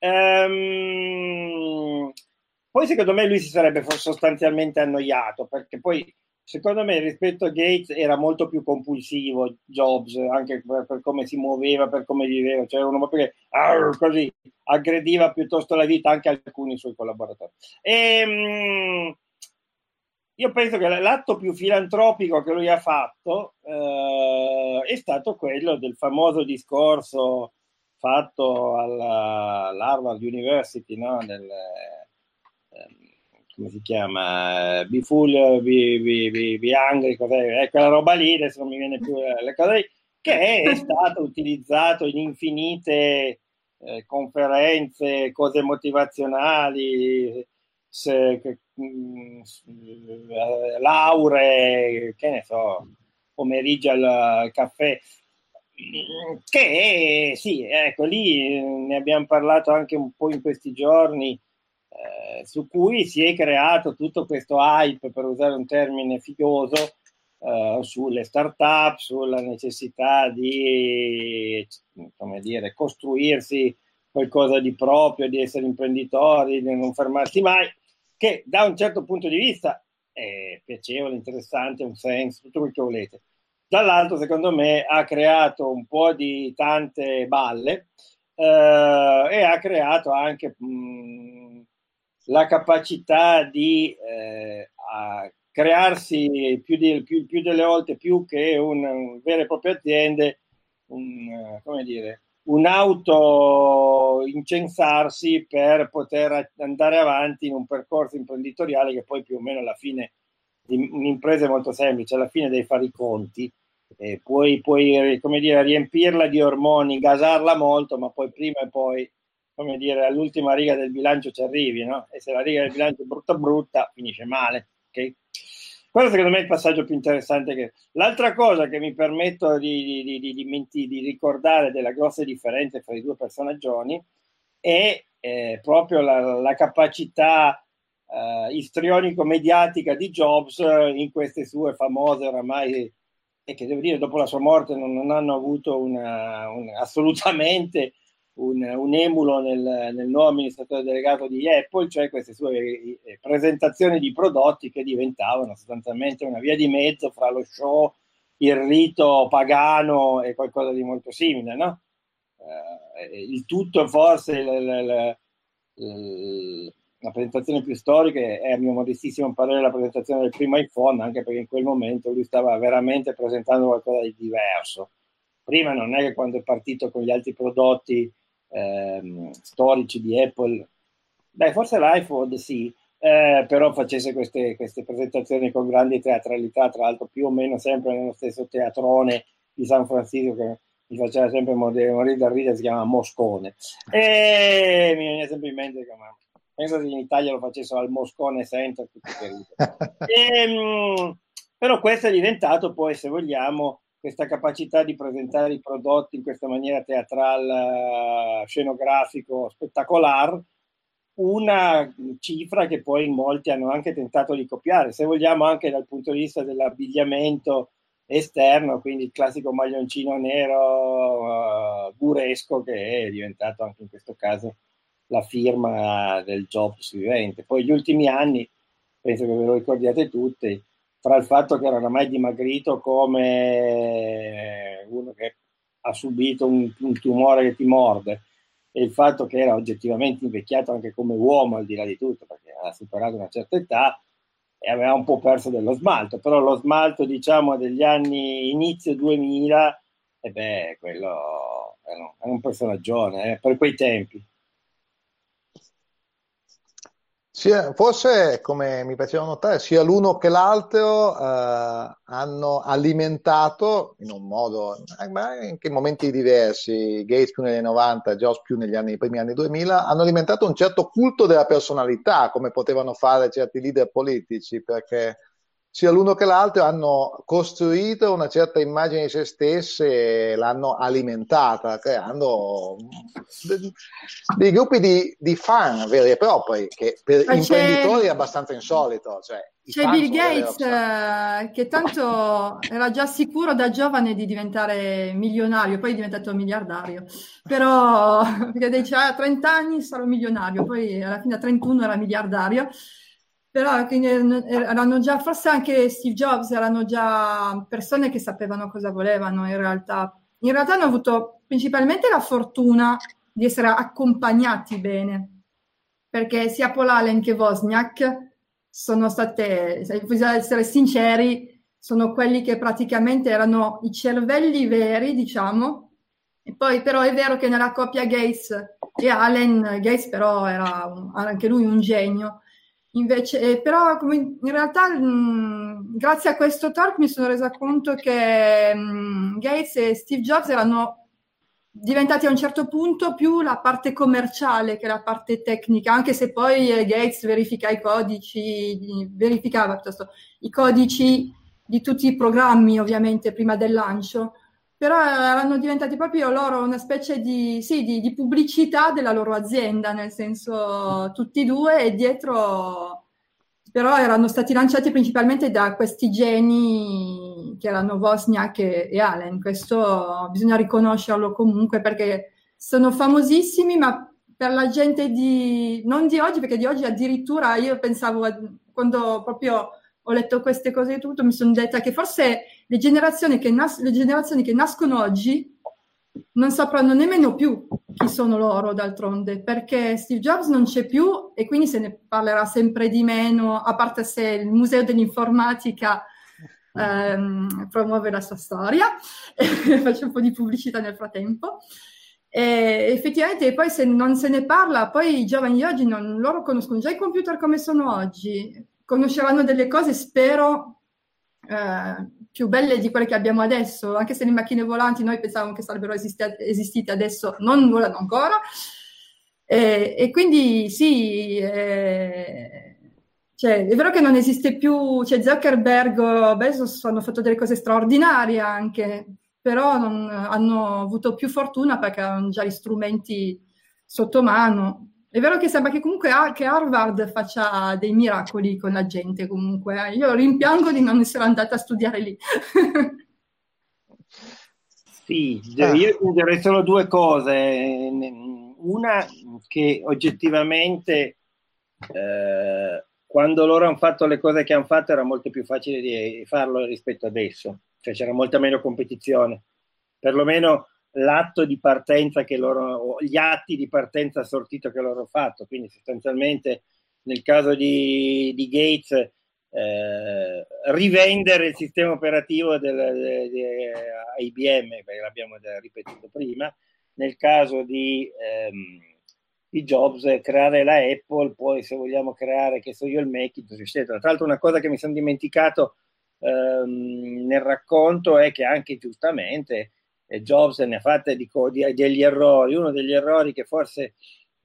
Poi secondo me lui si sarebbe sostanzialmente annoiato, perché poi secondo me rispetto a Gates era molto più compulsivo Jobs, anche per come si muoveva, per come viveva, cioè uno proprio che così aggrediva piuttosto la vita anche alcuni suoi collaboratori. Io penso che l'atto più filantropico che lui ha fatto è stato quello del famoso discorso fatto all'Harvard University, no? Come si chiama? Be full, be hungry, cos'è? Quella roba lì, adesso non mi viene più le cose, che è stato utilizzato in infinite conferenze, cose motivazionali, lauree, che ne so, pomeriggio al caffè, che sì, ecco, lì ne abbiamo parlato anche un po' in questi giorni, su cui si è creato tutto questo hype, per usare un termine figoso, sulle start-up, sulla necessità di, come dire, costruirsi qualcosa di proprio, di essere imprenditori, di non fermarsi mai, che da un certo punto di vista è piacevole, interessante, un senso, tutto quel che volete. Dall'altro, secondo me, ha creato un po' di tante balle, e ha creato anche la capacità di crearsi più delle volte, più che un vere e proprie aziende, come dire, un auto incensarsi per poter andare avanti in un percorso imprenditoriale che poi più o meno alla fine, un'impresa è molto semplice, alla fine devi fare i conti, puoi come dire, riempirla di ormoni, gasarla molto, ma poi prima e poi, come dire, all'ultima riga del bilancio ci arrivi, no? E se la riga del bilancio è brutta, finisce male, ok? Quello secondo me è il passaggio più interessante. L'altra cosa che mi permetto di ricordare della grossa differenza fra i due personaggioni è proprio la capacità istrionico-mediatica di Jobs in queste sue famose oramai, e che devo dire dopo la sua morte non hanno avuto assolutamente un emulo nel nuovo amministratore delegato di Apple, cioè queste sue presentazioni di prodotti che diventavano sostanzialmente una via di mezzo fra lo show, il rito pagano e qualcosa di molto simile, no? Il tutto forse la presentazione più storica è, a mio modestissimo parere, la presentazione del primo iPhone, anche perché in quel momento lui stava veramente presentando qualcosa di diverso. Prima non è che quando è partito con gli altri prodotti storici di Apple, forse l'iPhone sì, però facesse queste presentazioni con grandi teatralità, tra l'altro più o meno sempre nello stesso teatrone di San Francisco che mi faceva sempre morire da ridere, si chiama Moscone, e mi veniva sempre in mente che penso che in Italia lo facessero al Moscone Center, tutti però questo è diventato poi, se vogliamo, questa capacità di presentare i prodotti in questa maniera teatrale, scenografico, spettacolare, una cifra che poi molti hanno anche tentato di copiare, se vogliamo anche dal punto di vista dell'abbigliamento esterno, quindi il classico maglioncino nero buresco che è diventato anche in questo caso la firma del Jobs vivente. Poi gli ultimi anni, penso che ve lo ricordiate tutti, tra il fatto che era oramai dimagrito come uno che ha subito un tumore che ti morde, e il fatto che era oggettivamente invecchiato anche come uomo, al di là di tutto, perché aveva superato una certa età e aveva un po' perso dello smalto, però lo smalto, diciamo, degli anni inizio 2000, quello era un personaggione per quei tempi. Forse, come mi piaceva notare, sia l'uno che l'altro hanno alimentato in un modo, anche in momenti diversi, Gates più negli anni 90, Jobs più nei primi anni 2000, hanno alimentato un certo culto della personalità, come potevano fare certi leader politici, perché sia l'uno che l'altro hanno costruito una certa immagine di se stesse e l'hanno alimentata, creando dei gruppi di fan veri e propri, che per imprenditori è abbastanza insolito. C'è Bill Gates che tanto era già sicuro da giovane di diventare milionario, poi è diventato miliardario, però perché diceva a 30 anni sarò milionario, poi alla fine a 31 era miliardario. Però erano già, forse anche Steve Jobs, erano già persone che sapevano cosa volevano in realtà. In realtà hanno avuto principalmente la fortuna di essere accompagnati bene, perché sia Paul Allen che Wozniak sono state, se bisogna essere sinceri, sono quelli che praticamente erano i cervelli veri, diciamo. E poi però è vero che nella coppia Gates e Allen, Gates però era anche lui un genio. Invece, però in realtà grazie a questo talk mi sono resa conto che Gates e Steve Jobs erano diventati a un certo punto più la parte commerciale che la parte tecnica, anche se poi Gates verificava piuttosto i codici di tutti i programmi, ovviamente, prima del lancio, però erano diventati proprio loro una specie di pubblicità della loro azienda, nel senso tutti e due, e dietro però erano stati lanciati principalmente da questi geni che erano Wozniak e Allen. Questo bisogna riconoscerlo comunque, perché sono famosissimi, ma per la gente non di oggi, perché di oggi addirittura io pensavo, quando proprio ho letto queste cose e tutto, mi sono detta che forse le generazioni che nascono oggi non sapranno nemmeno più chi sono loro, d'altronde, perché Steve Jobs non c'è più e quindi se ne parlerà sempre di meno, a parte se il Museo dell'Informatica promuove la sua storia. Faccio un po' di pubblicità nel frattempo. E effettivamente poi se non se ne parla, poi i giovani di oggi loro conoscono già i computer come sono oggi, conosceranno delle cose, spero, più belle di quelle che abbiamo adesso, anche se le macchine volanti noi pensavamo che sarebbero esistite, adesso non volano ancora, e quindi sì, cioè, è vero che non esiste più, cioè Zuckerberg o Bezos hanno fatto delle cose straordinarie anche, però hanno avuto più fortuna perché hanno già gli strumenti sotto mano. È vero che sembra che comunque che Harvard faccia dei miracoli con la gente, comunque. Io rimpiango di non essere andata a studiare lì. Sì, io aggiungerei solo due cose. Una, che oggettivamente quando loro hanno fatto le cose che hanno fatto era molto più facile di farlo rispetto adesso, cioè c'era molta meno competizione, perlomeno l'atto di partenza o gli atti di partenza sortito che loro hanno fatto. Quindi sostanzialmente nel caso di Gates rivendere il sistema operativo di IBM, perché l'abbiamo ripetuto prima. Nel caso di Jobs, creare la Apple, poi se vogliamo creare, che so io, il Macintosh, eccetera. Tra l'altro una cosa che mi sono dimenticato nel racconto è che anche giustamente Jobs ne ha fatte degli errori. Uno degli errori che forse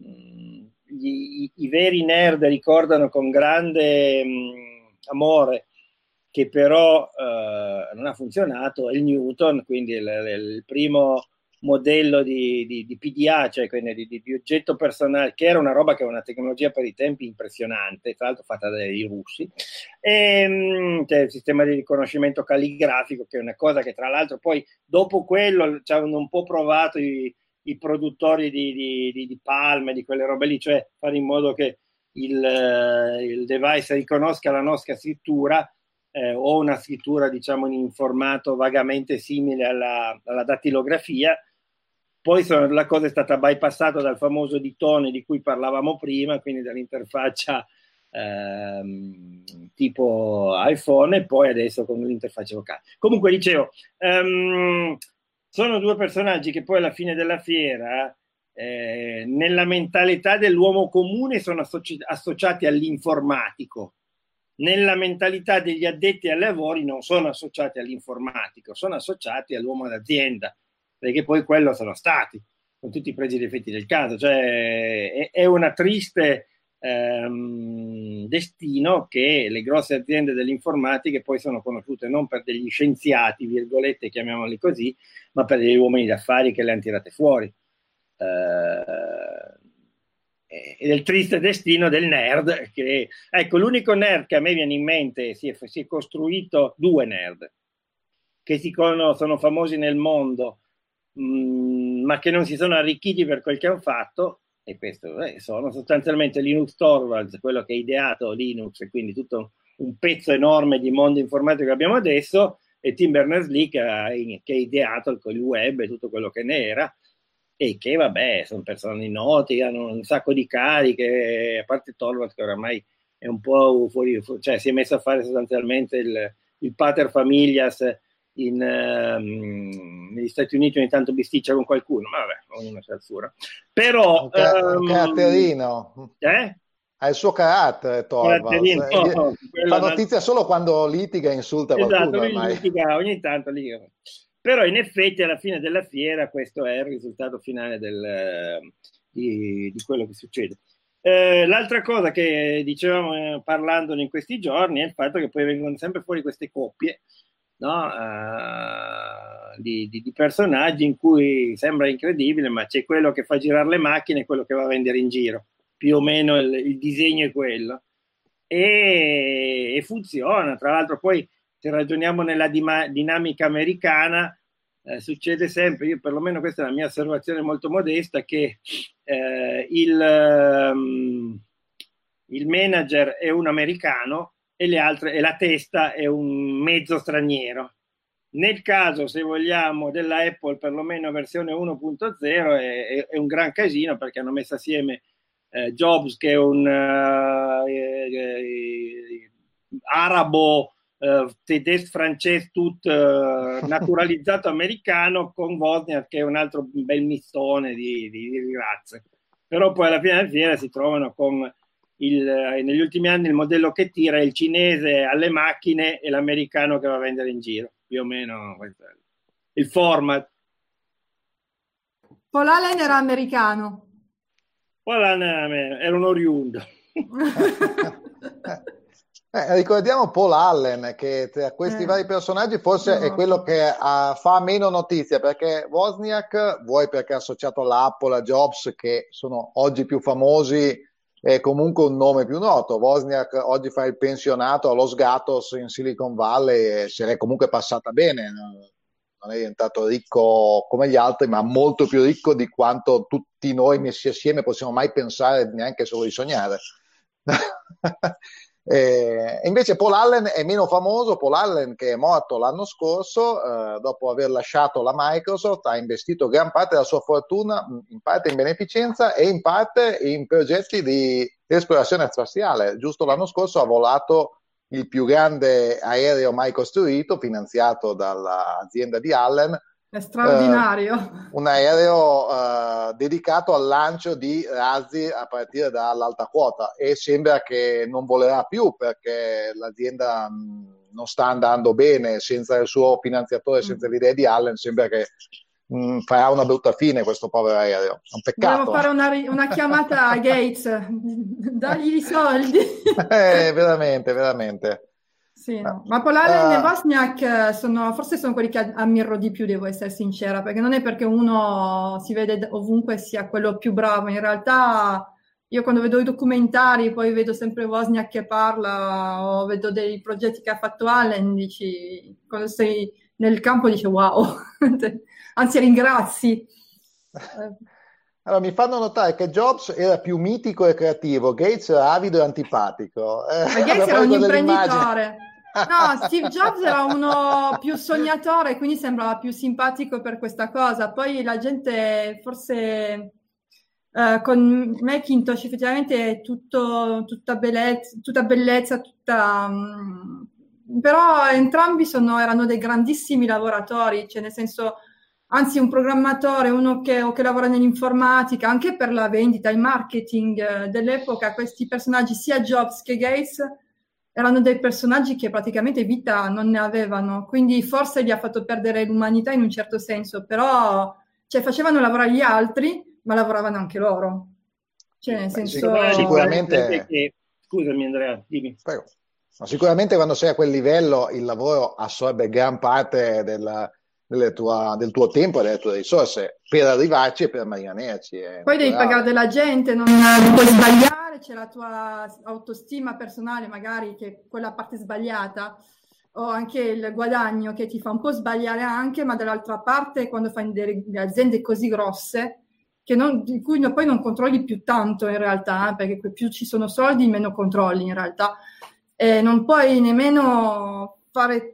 i veri nerd ricordano con grande amore, che però non ha funzionato, è il Newton, quindi il primo modello di PDA, cioè quindi di oggetto personale, che era una roba che era una tecnologia per i tempi impressionante, tra l'altro fatta dai russi, e cioè il sistema di riconoscimento calligrafico, che è una cosa che tra l'altro poi dopo quello ci hanno un po' provato i produttori di Palm, di quelle robe lì, cioè fare in modo che il device riconosca la nostra scrittura o una scrittura, diciamo, in formato vagamente simile alla dattilografia. Poi la cosa è stata bypassata dal famoso ditone di cui parlavamo prima, quindi dall'interfaccia tipo iPhone, e poi adesso con l'interfaccia vocale. Comunque dicevo, sono due personaggi che poi alla fine della fiera nella mentalità dell'uomo comune sono associati all'informatico. Nella mentalità degli addetti ai lavori non sono associati all'informatico, sono associati all'uomo d'azienda, perché poi quello sono stati, con tutti i pregi e difetti del caso. Cioè è una triste destino che le grosse aziende dell'informatica poi sono conosciute non per degli scienziati, virgolette, chiamiamoli così, ma per degli uomini d'affari che le hanno tirate fuori. E del triste destino del nerd, che ecco, l'unico nerd che a me viene in mente, si è costruito due nerd che sono famosi nel mondo, ma che non si sono arricchiti per quel che hanno fatto, e questo sono sostanzialmente Linus Torvalds, quello che ha ideato Linux e quindi tutto un pezzo enorme di mondo informatico che abbiamo adesso, e Tim Berners-Lee che ha ideato il web e tutto quello che ne era, e che vabbè sono persone noti, hanno un sacco di cariche, a parte Torvalds che oramai è un po' fuori, cioè si è messo a fare sostanzialmente il pater familias negli Stati Uniti, ogni tanto bisticcia con qualcuno, ma vabbè, ognuno c'ha il suo. Però un caratterino. Ha il suo carattere Torvalds, fa notizia solo quando litiga e insulta qualcuno. Esatto, litiga ogni tanto lì. Però in effetti alla fine della fiera questo è il risultato finale di quello che succede. L'altra cosa che dicevamo parlandone in questi giorni è il fatto che poi vengono sempre fuori queste coppie, no? Di personaggi in cui sembra incredibile, ma c'è quello che fa girare le macchine e quello che va a vendere in giro, più o meno il disegno è quello, e funziona. Tra l'altro poi, se ragioniamo nella dinamica americana, succede sempre, io perlomeno questa è la mia osservazione molto modesta, che il manager è un americano e la testa è un mezzo straniero. Nel caso, se vogliamo, della Apple, perlomeno versione 1.0, è un gran casino, perché hanno messo assieme Jobs, che è un arabo, tedesco, francese, tutto naturalizzato americano, con Wozniak, che è un altro bel mistone di razze. Però poi alla fine della fiera si trovano con negli ultimi anni il modello che tira è il cinese alle macchine e l'americano che va a vendere in giro, più o meno questo è il format. Paul Allen era americano. Paul Allen era un oriundo. Ricordiamo Paul Allen, che tra questi vari personaggi forse è quello che fa meno notizia, perché Wozniak, vuoi perché è associato all'Apple, a Jobs, che sono oggi più famosi, è comunque un nome più noto. Wozniak oggi fa il pensionato allo Gatos in Silicon Valley e se l'è comunque passata bene, non è diventato ricco come gli altri, ma molto più ricco di quanto tutti noi messi assieme possiamo mai pensare, neanche solo di sognare. Invece Paul Allen è meno famoso. Paul Allen, che è morto l'anno scorso, dopo aver lasciato la Microsoft, ha investito gran parte della sua fortuna, in parte in beneficenza e in parte in progetti di esplorazione spaziale. Giusto l'anno scorso ha volato il più grande aereo mai costruito, finanziato dall'azienda di Allen. È straordinario. Un aereo dedicato al lancio di razzi a partire dall'alta quota, e sembra che non volerà più, perché l'azienda non sta andando bene senza il suo finanziatore, senza l'idea di Allen. Sembra che farà una brutta fine questo povero aereo. È un peccato. Dobbiamo fare una chiamata a Gates, dagli i soldi. Veramente, veramente. Sì, no. Ma Paul Allen e Wozniak forse sono quelli che ammiro di più, devo essere sincera, perché non è perché uno si vede ovunque sia quello più bravo. In realtà io quando vedo i documentari, poi vedo sempre Wozniak che parla, o vedo dei progetti che ha fatto Allen, quando sei nel campo dici wow, anzi ringrazi. Allora, mi fanno notare che Jobs era più mitico e creativo, Gates era avido e antipatico. Ma Gates era un imprenditore. No, Steve Jobs era uno più sognatore, quindi sembrava più simpatico per questa cosa. Poi la gente, forse con Macintosh effettivamente è tutta bellezza, però entrambi erano dei grandissimi lavoratori, cioè nel senso, anzi un programmatore, uno che lavora nell'informatica, anche per la vendita, il marketing dell'epoca, questi personaggi, sia Jobs che Gates, erano dei personaggi che praticamente vita non ne avevano, quindi forse gli ha fatto perdere l'umanità in un certo senso, però facevano lavorare gli altri, ma lavoravano anche loro. Cioè, nel senso... Sicuramente... Scusami Andrea, dimmi. Prego. Ma sicuramente quando sei a quel livello il lavoro assorbe gran parte del tuo tempo e delle tue risorse per arrivarci e per rimanerci. Poi devi pagare della gente, non puoi sbagliare, c'è la tua autostima personale magari, che è quella parte sbagliata, o anche il guadagno che ti fa un po' sbagliare anche, ma dall'altra parte quando fai delle aziende così grosse di cui poi non controlli più tanto in realtà, perché più ci sono soldi meno controlli in realtà, e non puoi nemmeno fare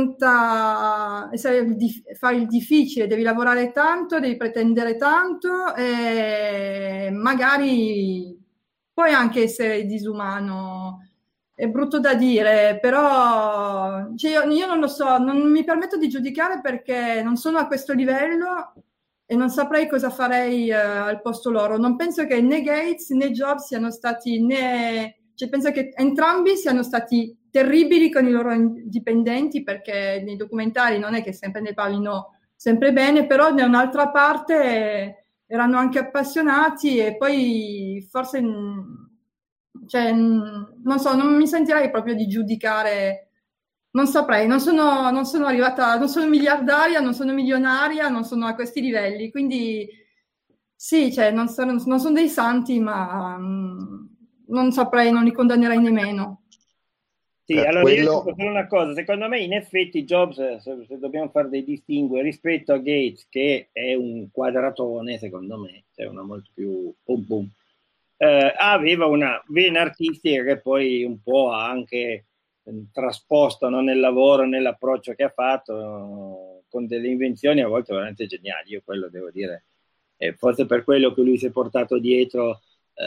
fare il difficile, devi lavorare tanto, devi pretendere tanto e magari puoi anche essere disumano. È brutto da dire, però io non lo so, non mi permetto di giudicare perché non sono a questo livello e non saprei cosa farei al posto loro. Non penso che né Gates né Jobs siano stati penso che entrambi siano stati terribili con i loro dipendenti, perché nei documentari non è che sempre ne parlino sempre bene, però da un'altra parte erano anche appassionati, e poi forse, cioè, non so, non mi sentirei proprio di giudicare, non saprei, non sono arrivata, non sono miliardaria, non sono milionaria, non sono a questi livelli, quindi sì, cioè, non sono dei santi, ma non saprei, non li condannerei nemmeno. Sì, allora io dico solo una cosa, secondo me in effetti Jobs, se dobbiamo fare dei distinguo rispetto a Gates, che è un quadratone secondo me, cioè una molto più boom boom, aveva una vena artistica che poi un po' ha anche trasposto, no, nel lavoro, nell'approccio che ha fatto, con delle invenzioni a volte veramente geniali, io quello devo dire, forse per quello che lui si è portato dietro,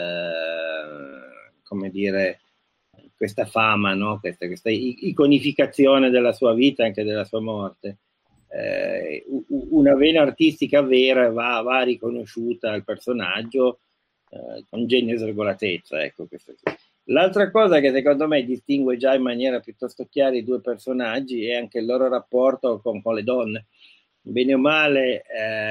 come dire, questa fama, no? questa iconificazione della sua vita e anche della sua morte. Una vena artistica vera va riconosciuta al personaggio con genio e sregolatezza, ecco, questo qui. L'altra cosa che secondo me distingue già in maniera piuttosto chiara i due personaggi è anche il loro rapporto con le donne. Bene o male,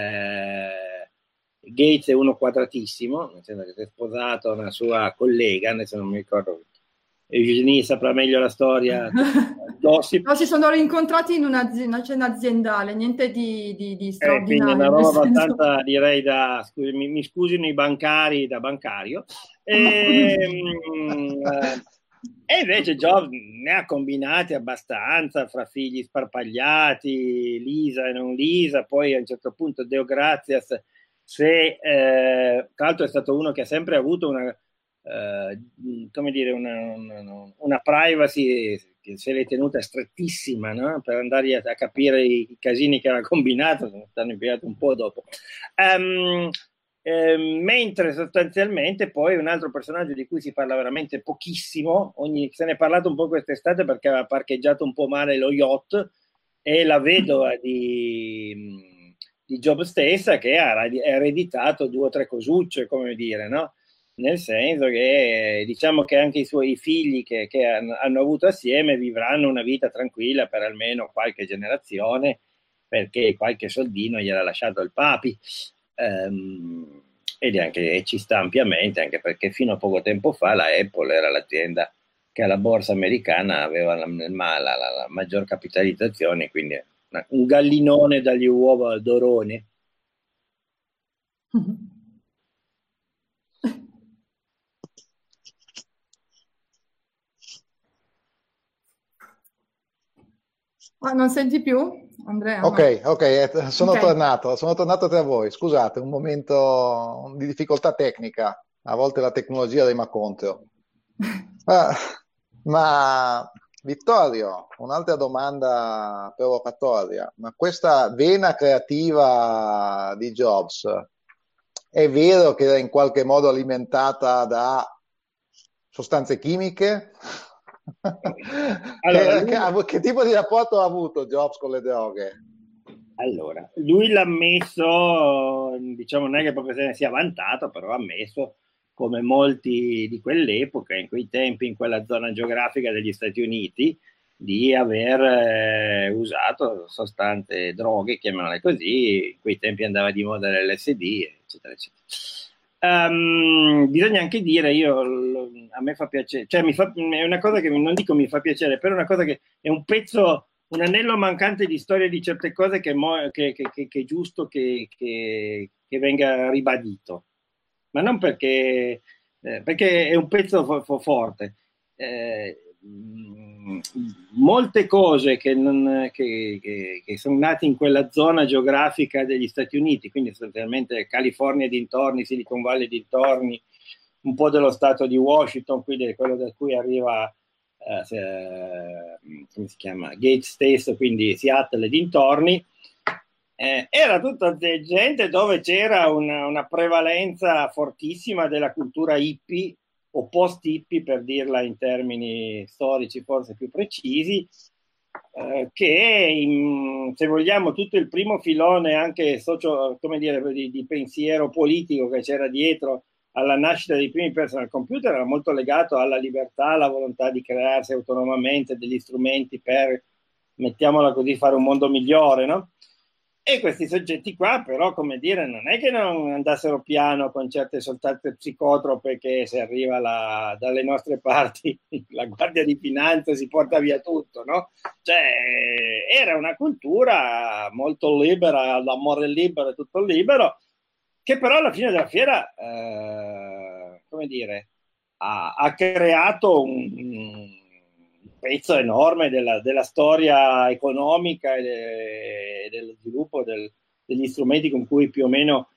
Gates è uno quadratissimo, nel senso che si è sposato una sua collega, adesso non mi ricordo, Eugenie saprà meglio la storia. No, si sono rincontrati in una cena aziendale, niente di straordinario. Quindi una roba abbastanza, direi, mi scusino i bancari, da bancario. E invece Jobs ne ha combinati abbastanza, fra figli sparpagliati, Lisa e non Lisa, poi a un certo punto Deo Gratias, tra l'altro è stato uno che ha sempre avuto come dire, una privacy che se l'è tenuta strettissima, no? Per andare a capire i casini che aveva combinato, sono stati impiegati un po' dopo. Mentre sostanzialmente poi un altro personaggio di cui si parla veramente pochissimo, se ne è parlato un po' quest'estate perché aveva parcheggiato un po' male lo yacht, è la vedova di Jobs stessa, che ha ereditato 2 o 3 cosucce, come dire, no? Nel senso che diciamo che anche i suoi figli che hanno avuto assieme vivranno una vita tranquilla per almeno qualche generazione, perché qualche soldino gliel'ha lasciato il papi, e ci sta ampiamente, anche perché fino a poco tempo fa la Apple era l'azienda che alla borsa americana aveva la maggior capitalizzazione, quindi un gallinone dagli uova al dorone. Non senti più, Andrea? Ok, sono tornato tra voi. Scusate, un momento di difficoltà tecnica. A volte la tecnologia rema contro. Ma Vittorio, un'altra domanda provocatoria. Ma questa vena creativa di Jobs è vero che era in qualche modo alimentata da sostanze chimiche? Allora, che tipo di rapporto ha avuto Jobs con le droghe? Allora, lui l'ha ammesso, diciamo, non è che proprio se ne sia vantato, però ha ammesso, come molti di quell'epoca, in quei tempi, in quella zona geografica degli Stati Uniti, di aver usato sostanze, droghe, chiamiamole così. In quei tempi andava di moda l'LSD, eccetera, eccetera. Bisogna anche dire, a me fa piacere, cioè è una cosa che non dico mi fa piacere, però è una cosa che è un pezzo, un anello mancante di storia di certe cose che è giusto che venga ribadito, ma non perché è un pezzo forte. Molte cose che sono nate in quella zona geografica degli Stati Uniti, quindi sostanzialmente California dintorni, Silicon Valley dintorni, un po' dello stato di Washington, quindi quello da cui arriva come si chiama? Gates stesso, quindi Seattle e dintorni, era tutta gente dove c'era una prevalenza fortissima della cultura hippie o post-hippie, per dirla in termini storici forse più precisi, che se vogliamo tutto il primo filone anche come dire, di pensiero politico che c'era dietro alla nascita dei primi personal computer era molto legato alla libertà, alla volontà di crearsi autonomamente degli strumenti per, mettiamola così, fare un mondo migliore, no? E questi soggetti qua, però, come dire, non è che non andassero piano con certe soltanto psicotrope che se arriva dalle nostre parti la Guardia di Finanza si porta via tutto, no? Cioè, era una cultura molto libera, l'amore libero e tutto libero, che però alla fine della fiera, come dire, ha creato un pezzo enorme della storia economica e dello sviluppo degli strumenti con cui più o meno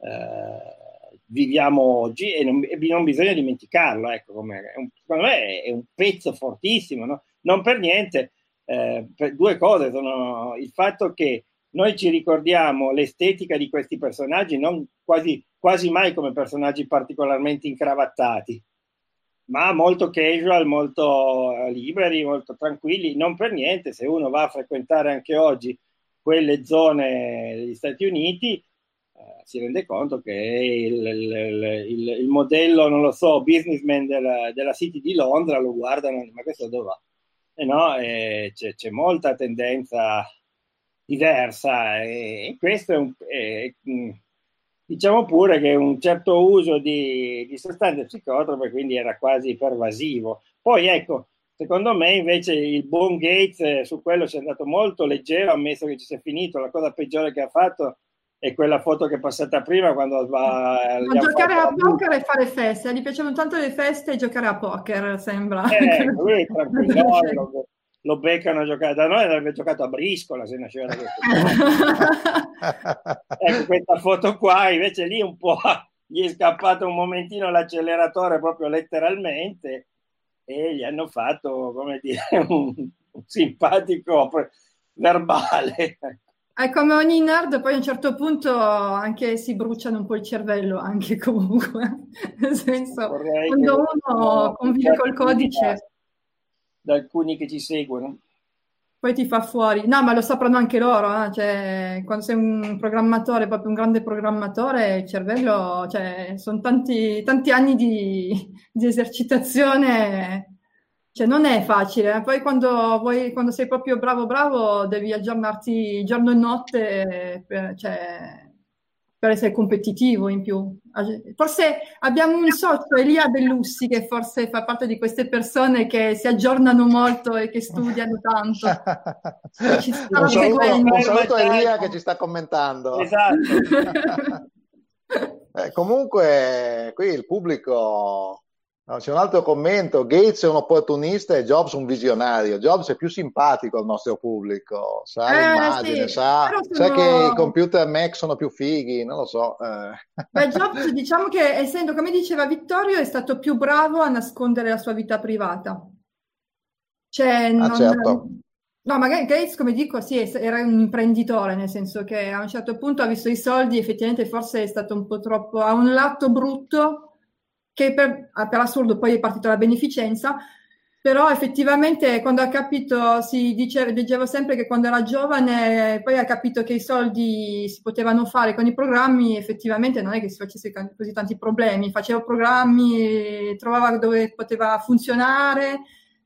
viviamo oggi, e non bisogna dimenticarlo, ecco, secondo me è un pezzo fortissimo, no? Non per niente, per due cose sono il fatto che noi ci ricordiamo l'estetica di questi personaggi non quasi mai come personaggi particolarmente incravattati, ma molto casual, molto liberi, molto tranquilli. Non per niente, se uno va a frequentare anche oggi quelle zone degli Stati Uniti, si rende conto che il modello, non lo so, businessman della City di Londra lo guardano, ma questo dove va? No, c'è molta tendenza diversa, e questo diciamo pure che un certo uso di sostanze psicotrope quindi era quasi pervasivo. Poi ecco, secondo me invece il buon Gates su quello si è andato molto leggero, ammesso che ci sia finito. La cosa peggiore che ha fatto è quella foto che è passata prima, quando va giocare a poker e fare feste. Gli piacevano tanto le feste e giocare a poker, sembra. Lui è tranquillo, lo beccano a giocare. Da noi avrebbe giocato a briscola se nasceva da questo. Ecco, questa foto qua invece lì un po' gli è scappato un momentino l'acceleratore, proprio letteralmente, e gli hanno fatto, come dire, un simpatico verbale. È come ogni nerd, poi a un certo punto anche si bruciano un po' il cervello, anche comunque. Nel senso, quando uno convive col codice, da alcuni che ci seguono, poi ti fa fuori. No, ma lo sapranno anche loro, cioè, quando sei un programmatore, proprio un grande programmatore, il cervello, cioè, sono tanti anni di esercitazione, cioè non è facile. Poi quando sei proprio bravo, devi aggiornarti giorno e notte per essere competitivo in più. Forse abbiamo un socio, Elia Bellussi, che forse fa parte di queste persone che si aggiornano molto e che studiano tanto. Ci stanno seguendo. Un saluto a Elia che ci sta commentando. Esatto. Comunque qui il pubblico... No, c'è un altro commento: Gates è un opportunista e Jobs un visionario. Jobs è più simpatico al nostro pubblico, sa l'immagine, sì, sa che i computer Mac sono più fighi, non lo so. Beh, Jobs, diciamo che, essendo, come diceva Vittorio, è stato più bravo a nascondere la sua vita privata. Cioè, certo. No, magari Gates, come dico, sì, era un imprenditore, nel senso che a un certo punto ha visto i soldi, effettivamente forse è stato un po' troppo, ha un lato brutto, che per assurdo poi è partita la beneficenza, però effettivamente quando ha capito, leggevo sempre che quando era giovane poi ha capito che i soldi si potevano fare con i programmi, effettivamente non è che si facesse così tanti problemi, faceva programmi, trovava dove poteva funzionare,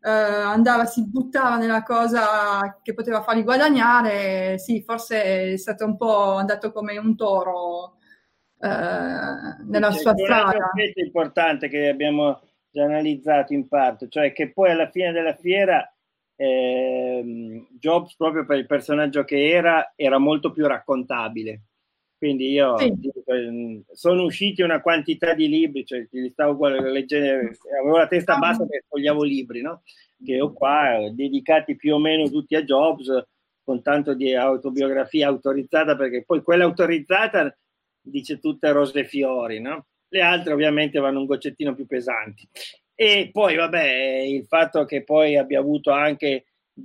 si buttava nella cosa che poteva fargli guadagnare. Sì, forse è stato un po' andato come un toro nella sua strada. Un aspetto importante che abbiamo già analizzato in parte, cioè che poi alla fine della fiera Jobs, proprio per il personaggio che era molto più raccontabile. Quindi io sono usciti una quantità di libri, cioè li stavo leggendo, avevo la testa bassa perché sfogliavo libri, no? Che ho qua, dedicati più o meno tutti a Jobs, con tanto di autobiografia autorizzata, perché poi quella autorizzata dice tutte rose e fiori, no? Le altre ovviamente vanno un goccettino più pesanti. E poi vabbè, il fatto che poi abbia avuto anche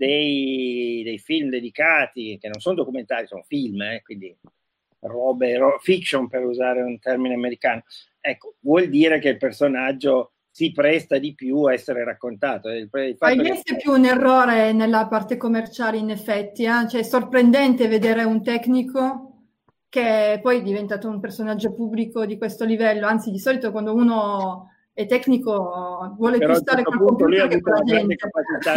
dei film dedicati, che non sono documentari, sono film, quindi fiction, per usare un termine americano, ecco, vuol dire che il personaggio si presta di più a essere raccontato. È più un errore nella parte commerciale, in effetti, cioè è sorprendente vedere un tecnico che poi è diventato un personaggio pubblico di questo livello, anzi di solito quando uno è tecnico vuole più stare col computer che con la gente. Capacità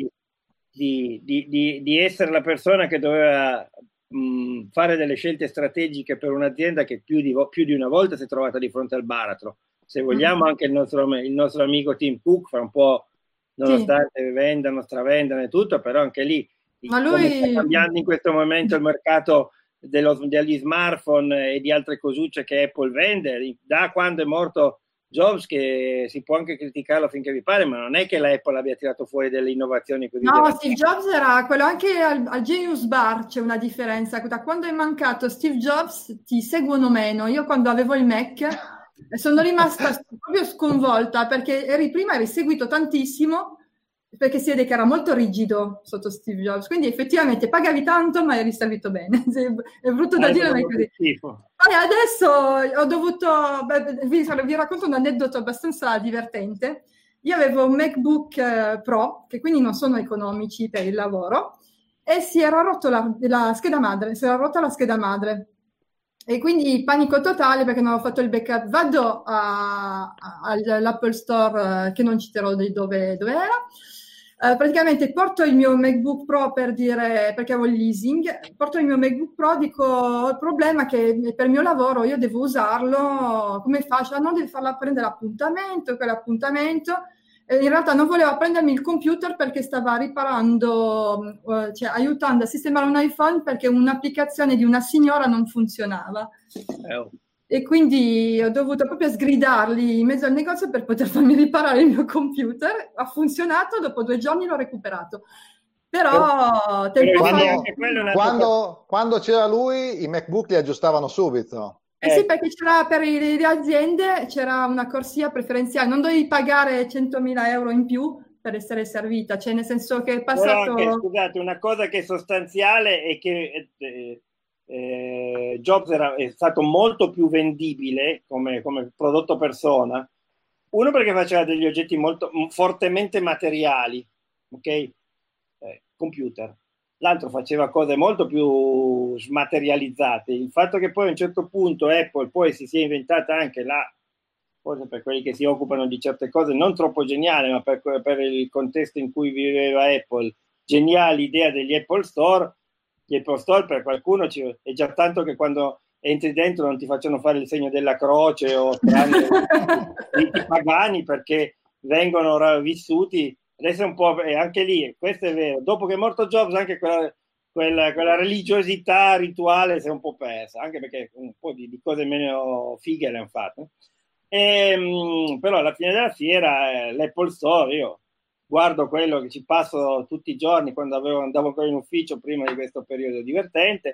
di essere la persona che doveva fare delle scelte strategiche per un'azienda che più di una volta si è trovata di fronte al baratro. Se vogliamo, anche il nostro amico Tim Cook fra un po', nonostante vendano, stravendano e tutto, però anche lì come sta cambiando in questo momento il mercato degli smartphone e di altre cosucce che Apple vende, da quando è morto Jobs, che si può anche criticarlo finché vi pare, ma non è che la Apple abbia tirato fuori delle innovazioni così. No, Steve Jobs era quello, anche al Genius Bar c'è una differenza. Da quando è mancato Steve Jobs ti seguono meno. Io quando avevo il Mac sono rimasta proprio sconvolta, perché prima eri seguito tantissimo, perché si vede che era molto rigido sotto Steve Jobs, quindi effettivamente pagavi tanto ma eri servito bene. È brutto da dire, ma è così. Poi adesso ho dovuto, vi racconto un aneddoto abbastanza divertente. Io avevo un MacBook Pro, che quindi non sono economici per il lavoro, e si era rotto la scheda madre, e quindi panico totale perché non ho fatto il backup. Vado all'Apple Store, che non citerò dove era. Praticamente porto il mio MacBook Pro, per dire, perché avevo il leasing, porto il mio MacBook Pro, dico, ho il problema che per il mio lavoro io devo usarlo, come faccio? No, devi farla prendere l'appuntamento, quell'appuntamento. In realtà non voleva prendermi il computer perché stava riparando, cioè aiutando a sistemare un iPhone perché un'applicazione di una signora non funzionava. E quindi ho dovuto proprio sgridarli in mezzo al negozio per poter farmi riparare il mio computer. Ha funzionato, dopo 2 giorni l'ho recuperato. Però quando c'era lui i MacBook li aggiustavano subito. Sì, perché c'era per le aziende c'era una corsia preferenziale, non dovevi pagare 100.000 euro in più per essere servita, cioè nel senso che è passato... Però anche, scusate, una cosa che è sostanziale è che Jobs è stato molto più vendibile come prodotto persona, uno perché faceva degli oggetti molto fortemente materiali, ok? Computer. L'altro faceva cose molto più smaterializzate. Il fatto che poi a un certo punto Apple poi si sia inventata anche forse per quelli che si occupano di certe cose non troppo geniale, ma per il contesto in cui viveva Apple, geniale idea degli Apple Store. Gli Apple Store per qualcuno è già tanto che quando entri dentro non ti facciano fare il segno della croce o i pagani, perché vengono vissuti. Adesso è un po', anche lì, questo è vero, dopo che è morto Jobs anche quella religiosità rituale si è un po' persa, anche perché un po' di cose meno fighe le hanno fatte. Però alla fine della fiera l'Apple Store, io guardo quello che ci passo tutti i giorni quando andavo ancora in ufficio prima di questo periodo divertente,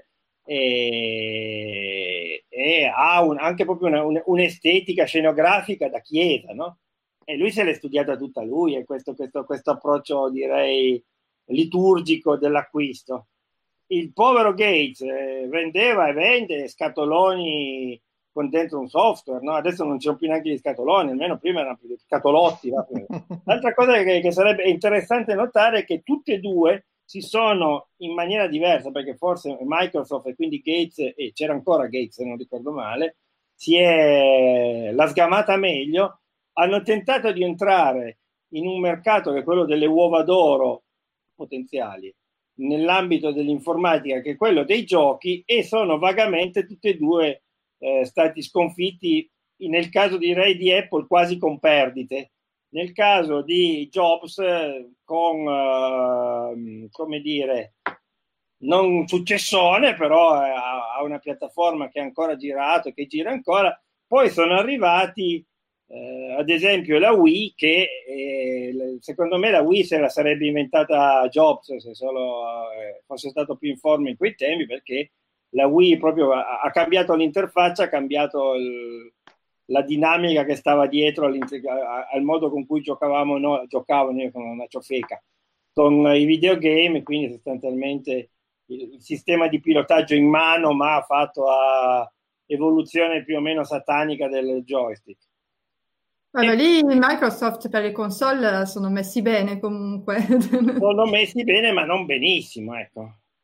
e ha anche proprio un'estetica scenografica da chiesa, no? E lui se l'è studiata tutta lui, e questo approccio, direi, liturgico dell'acquisto. Il povero Gates vendeva e vende scatoloni con dentro un software, no? Adesso non ci sono più neanche gli scatoloni, almeno prima erano più scatolotti. L'altra cosa che sarebbe interessante notare è che tutti e due si sono, in maniera diversa, perché forse Microsoft e quindi Gates, e c'era ancora Gates se non ricordo male, l'ha sgamata meglio, hanno tentato di entrare in un mercato che è quello delle uova d'oro potenziali, nell'ambito dell'informatica, che è quello dei giochi, e sono vagamente tutti e due stati sconfitti, nel caso direi di Apple quasi con perdite, nel caso di Jobs con come dire, non un successone, però ha una piattaforma che ha ancora girato e che gira ancora. Poi sono arrivati ad esempio la Wii, che secondo me la Wii se la sarebbe inventata Jobs se solo fosse stato più in forma in quei tempi, perché la Wii proprio ha cambiato l'interfaccia, ha cambiato la dinamica che stava dietro al modo con cui giocavamo io con una ciofeca con i videogame, quindi sostanzialmente il sistema di pilotaggio in mano, ma fatto a evoluzione più o meno satanica del joystick. Allora, lì Microsoft per le console sono messi bene comunque. Sono messi bene, ma non benissimo, ecco.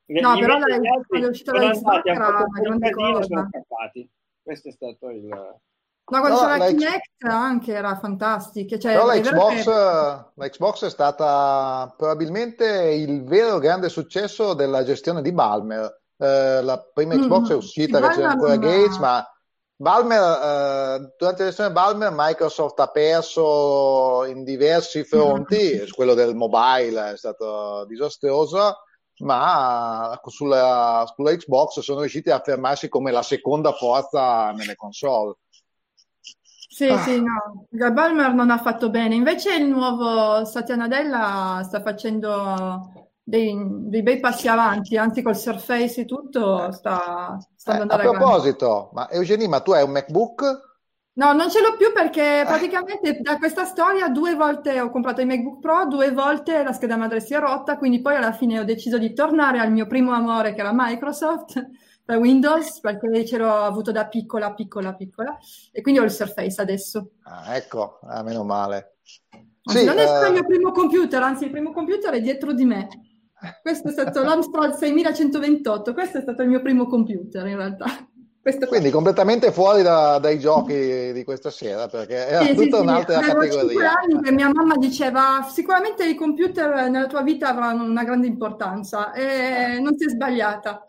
No, però quando è uscita la Xbox era una grande cosa. Sono scappati. Questo è stato il... No, quando c'era la Kinect anche era fantastica. Cioè, però la Xbox è stata probabilmente il vero grande successo della gestione di Ballmer. La prima Xbox è uscita che c'era ancora Gates, ma Ballmer, durante la gestione di Ballmer, Microsoft ha perso in diversi fronti. Quello del mobile è stato disastroso, ma sulla Xbox sono riusciti a affermarsi come la seconda forza nelle console. Sì, no, Ballmer non ha fatto bene. Invece il nuovo Satya Nadella sta facendo dei bei passi avanti, anzi col Surface e tutto sta andando a proposito, ma Eugenie, ma tu hai un MacBook? No, non ce l'ho più perché praticamente da questa storia 2 volte ho comprato il MacBook Pro, 2 volte la scheda madre si è rotta, quindi poi alla fine ho deciso di tornare al mio primo amore che era Microsoft, per Windows, perché ce l'ho avuto da piccola e quindi ho il Surface adesso. Ecco, meno male. Anzi, non è stato il mio primo computer, anzi il primo computer è dietro di me. Questo è stato l'Amstrad 6128, questo è stato il mio primo computer in realtà. Quindi completamente fuori dai giochi di questa sera, perché era tutta un'altra categoria. Avevo 5 anni che mia mamma diceva sicuramente i computer nella tua vita avranno una grande importanza e non si è sbagliata.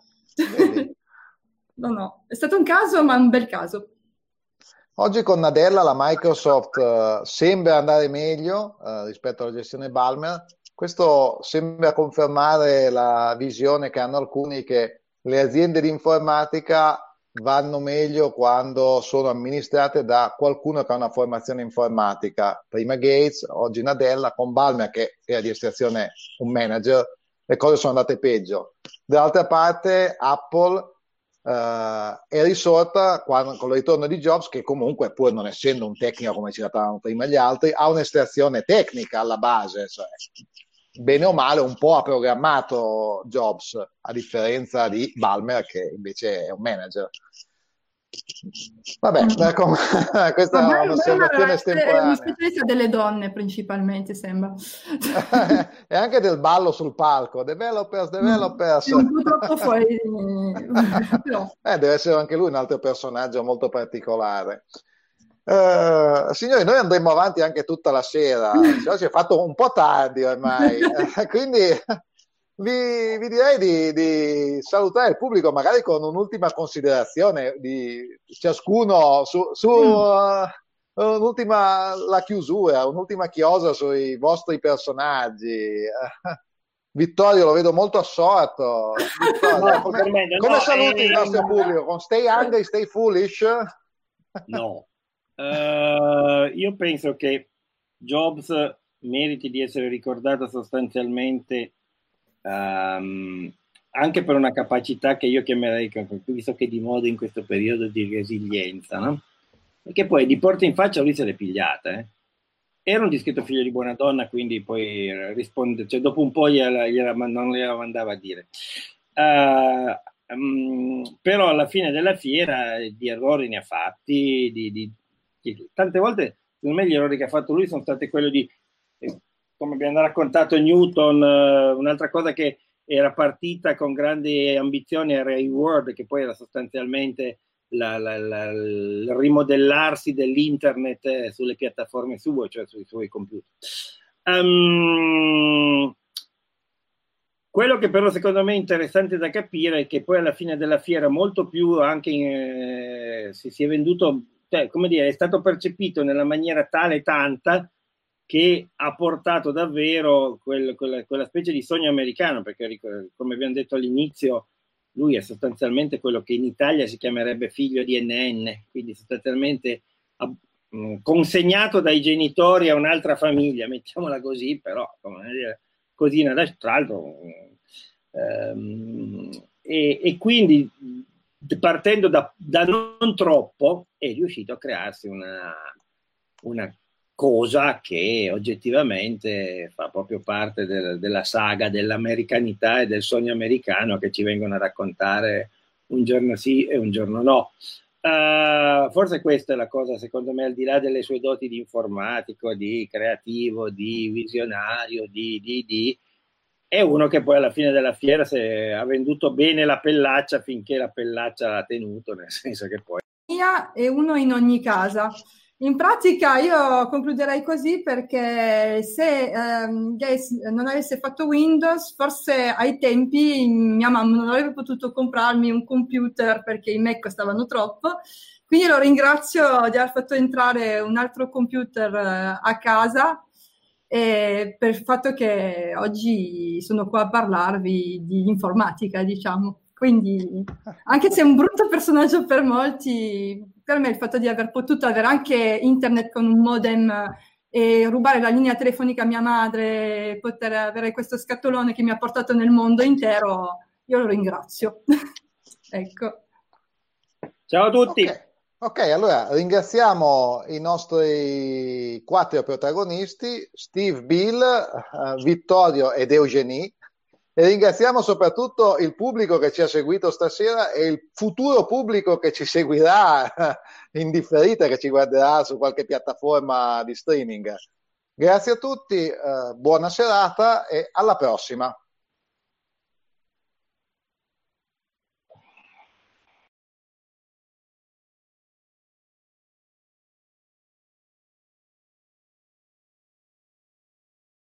No, è stato un caso, ma un bel caso. Oggi con Nadella la Microsoft sembra andare meglio rispetto alla gestione Ballmer. Questo sembra confermare la visione che hanno alcuni che le aziende di informatica vanno meglio quando sono amministrate da qualcuno che ha una formazione informatica. Prima Gates, oggi Nadella, con Ballmer che era di estrazione un manager, le cose sono andate peggio. Dall'altra parte Apple è risorta con il ritorno di Jobs, che comunque, pur non essendo un tecnico come ci trattavano prima gli altri, ha un'estrazione tecnica alla base, cioè, bene o male un po' ha programmato Jobs, a differenza di Ballmer che invece è un manager. Vabbè, questa è un'osservazione estemporanea. È uno specialista delle donne principalmente, sembra. E anche del ballo sul palco, developers. È un po' troppo fuori. Deve essere anche lui un altro personaggio molto particolare. Signori, noi andremo avanti anche tutta la sera, si è fatto un po' tardi ormai, quindi vi direi di salutare il pubblico magari con un'ultima considerazione di ciascuno su la chiusura, un'ultima chiosa sui vostri personaggi. Vittorio lo vedo molto assorto. Vittorio, come saluti il nostro pubblico? Con stay hungry, stay foolish? No. Io penso che Jobs meriti di essere ricordato sostanzialmente anche per una capacità che io chiamerei, visto che è di moda in questo periodo, di resilienza, no? Perché poi di porta in faccia lui se l'è pigliata, Era un discreto figlio di buona donna, quindi poi risponde, cioè dopo un po' non gliela mandava a dire. Però alla fine della fiera di errori ne ha fatti, tante volte secondo me gli errori che ha fatto lui sono stati quelli di, come abbiamo raccontato Newton, un'altra cosa che era partita con grandi ambizioni era eWorld, che poi era sostanzialmente il rimodellarsi dell'internet sulle piattaforme sue, cioè sui suoi computer. Quello che però secondo me è interessante da capire è che poi alla fine della fiera molto più anche si è venduto, cioè, come dire, è stato percepito nella maniera tale e tanta che ha portato davvero quella specie di sogno americano, perché come abbiamo detto all'inizio lui è sostanzialmente quello che in Italia si chiamerebbe figlio di NN, quindi sostanzialmente consegnato dai genitori a un'altra famiglia, mettiamola così, però come dire, così tra l'altro e quindi partendo da non troppo è riuscito a crearsi una cosa che oggettivamente fa proprio parte della saga dell'americanità e del sogno americano che ci vengono a raccontare un giorno sì e un giorno no. Forse questa è la cosa, secondo me, al di là delle sue doti di informatico, di creativo, di visionario, è uno che poi alla fine della fiera ha venduto bene la pellaccia finché la pellaccia ha tenuto, nel senso che poi... E uno in ogni casa. In pratica io concluderei così, perché se Gates non avesse fatto Windows, forse ai tempi mia mamma non avrebbe potuto comprarmi un computer perché i Mac costavano troppo. Quindi lo ringrazio di aver fatto entrare un altro computer a casa, e per il fatto che oggi sono qua a parlarvi di informatica, diciamo. Quindi, anche se è un brutto personaggio per molti, per me il fatto di aver potuto avere anche internet con un modem e rubare la linea telefonica a mia madre, poter avere questo scatolone che mi ha portato nel mondo intero, io lo ringrazio. Ecco. Ciao a tutti. Ok, allora ringraziamo i nostri 4 protagonisti, Steve, Bill, Vittorio ed Eugenie. E ringraziamo soprattutto il pubblico che ci ha seguito stasera e il futuro pubblico che ci seguirà in differita, che ci guarderà su qualche piattaforma di streaming. Grazie a tutti, buona serata e alla prossima.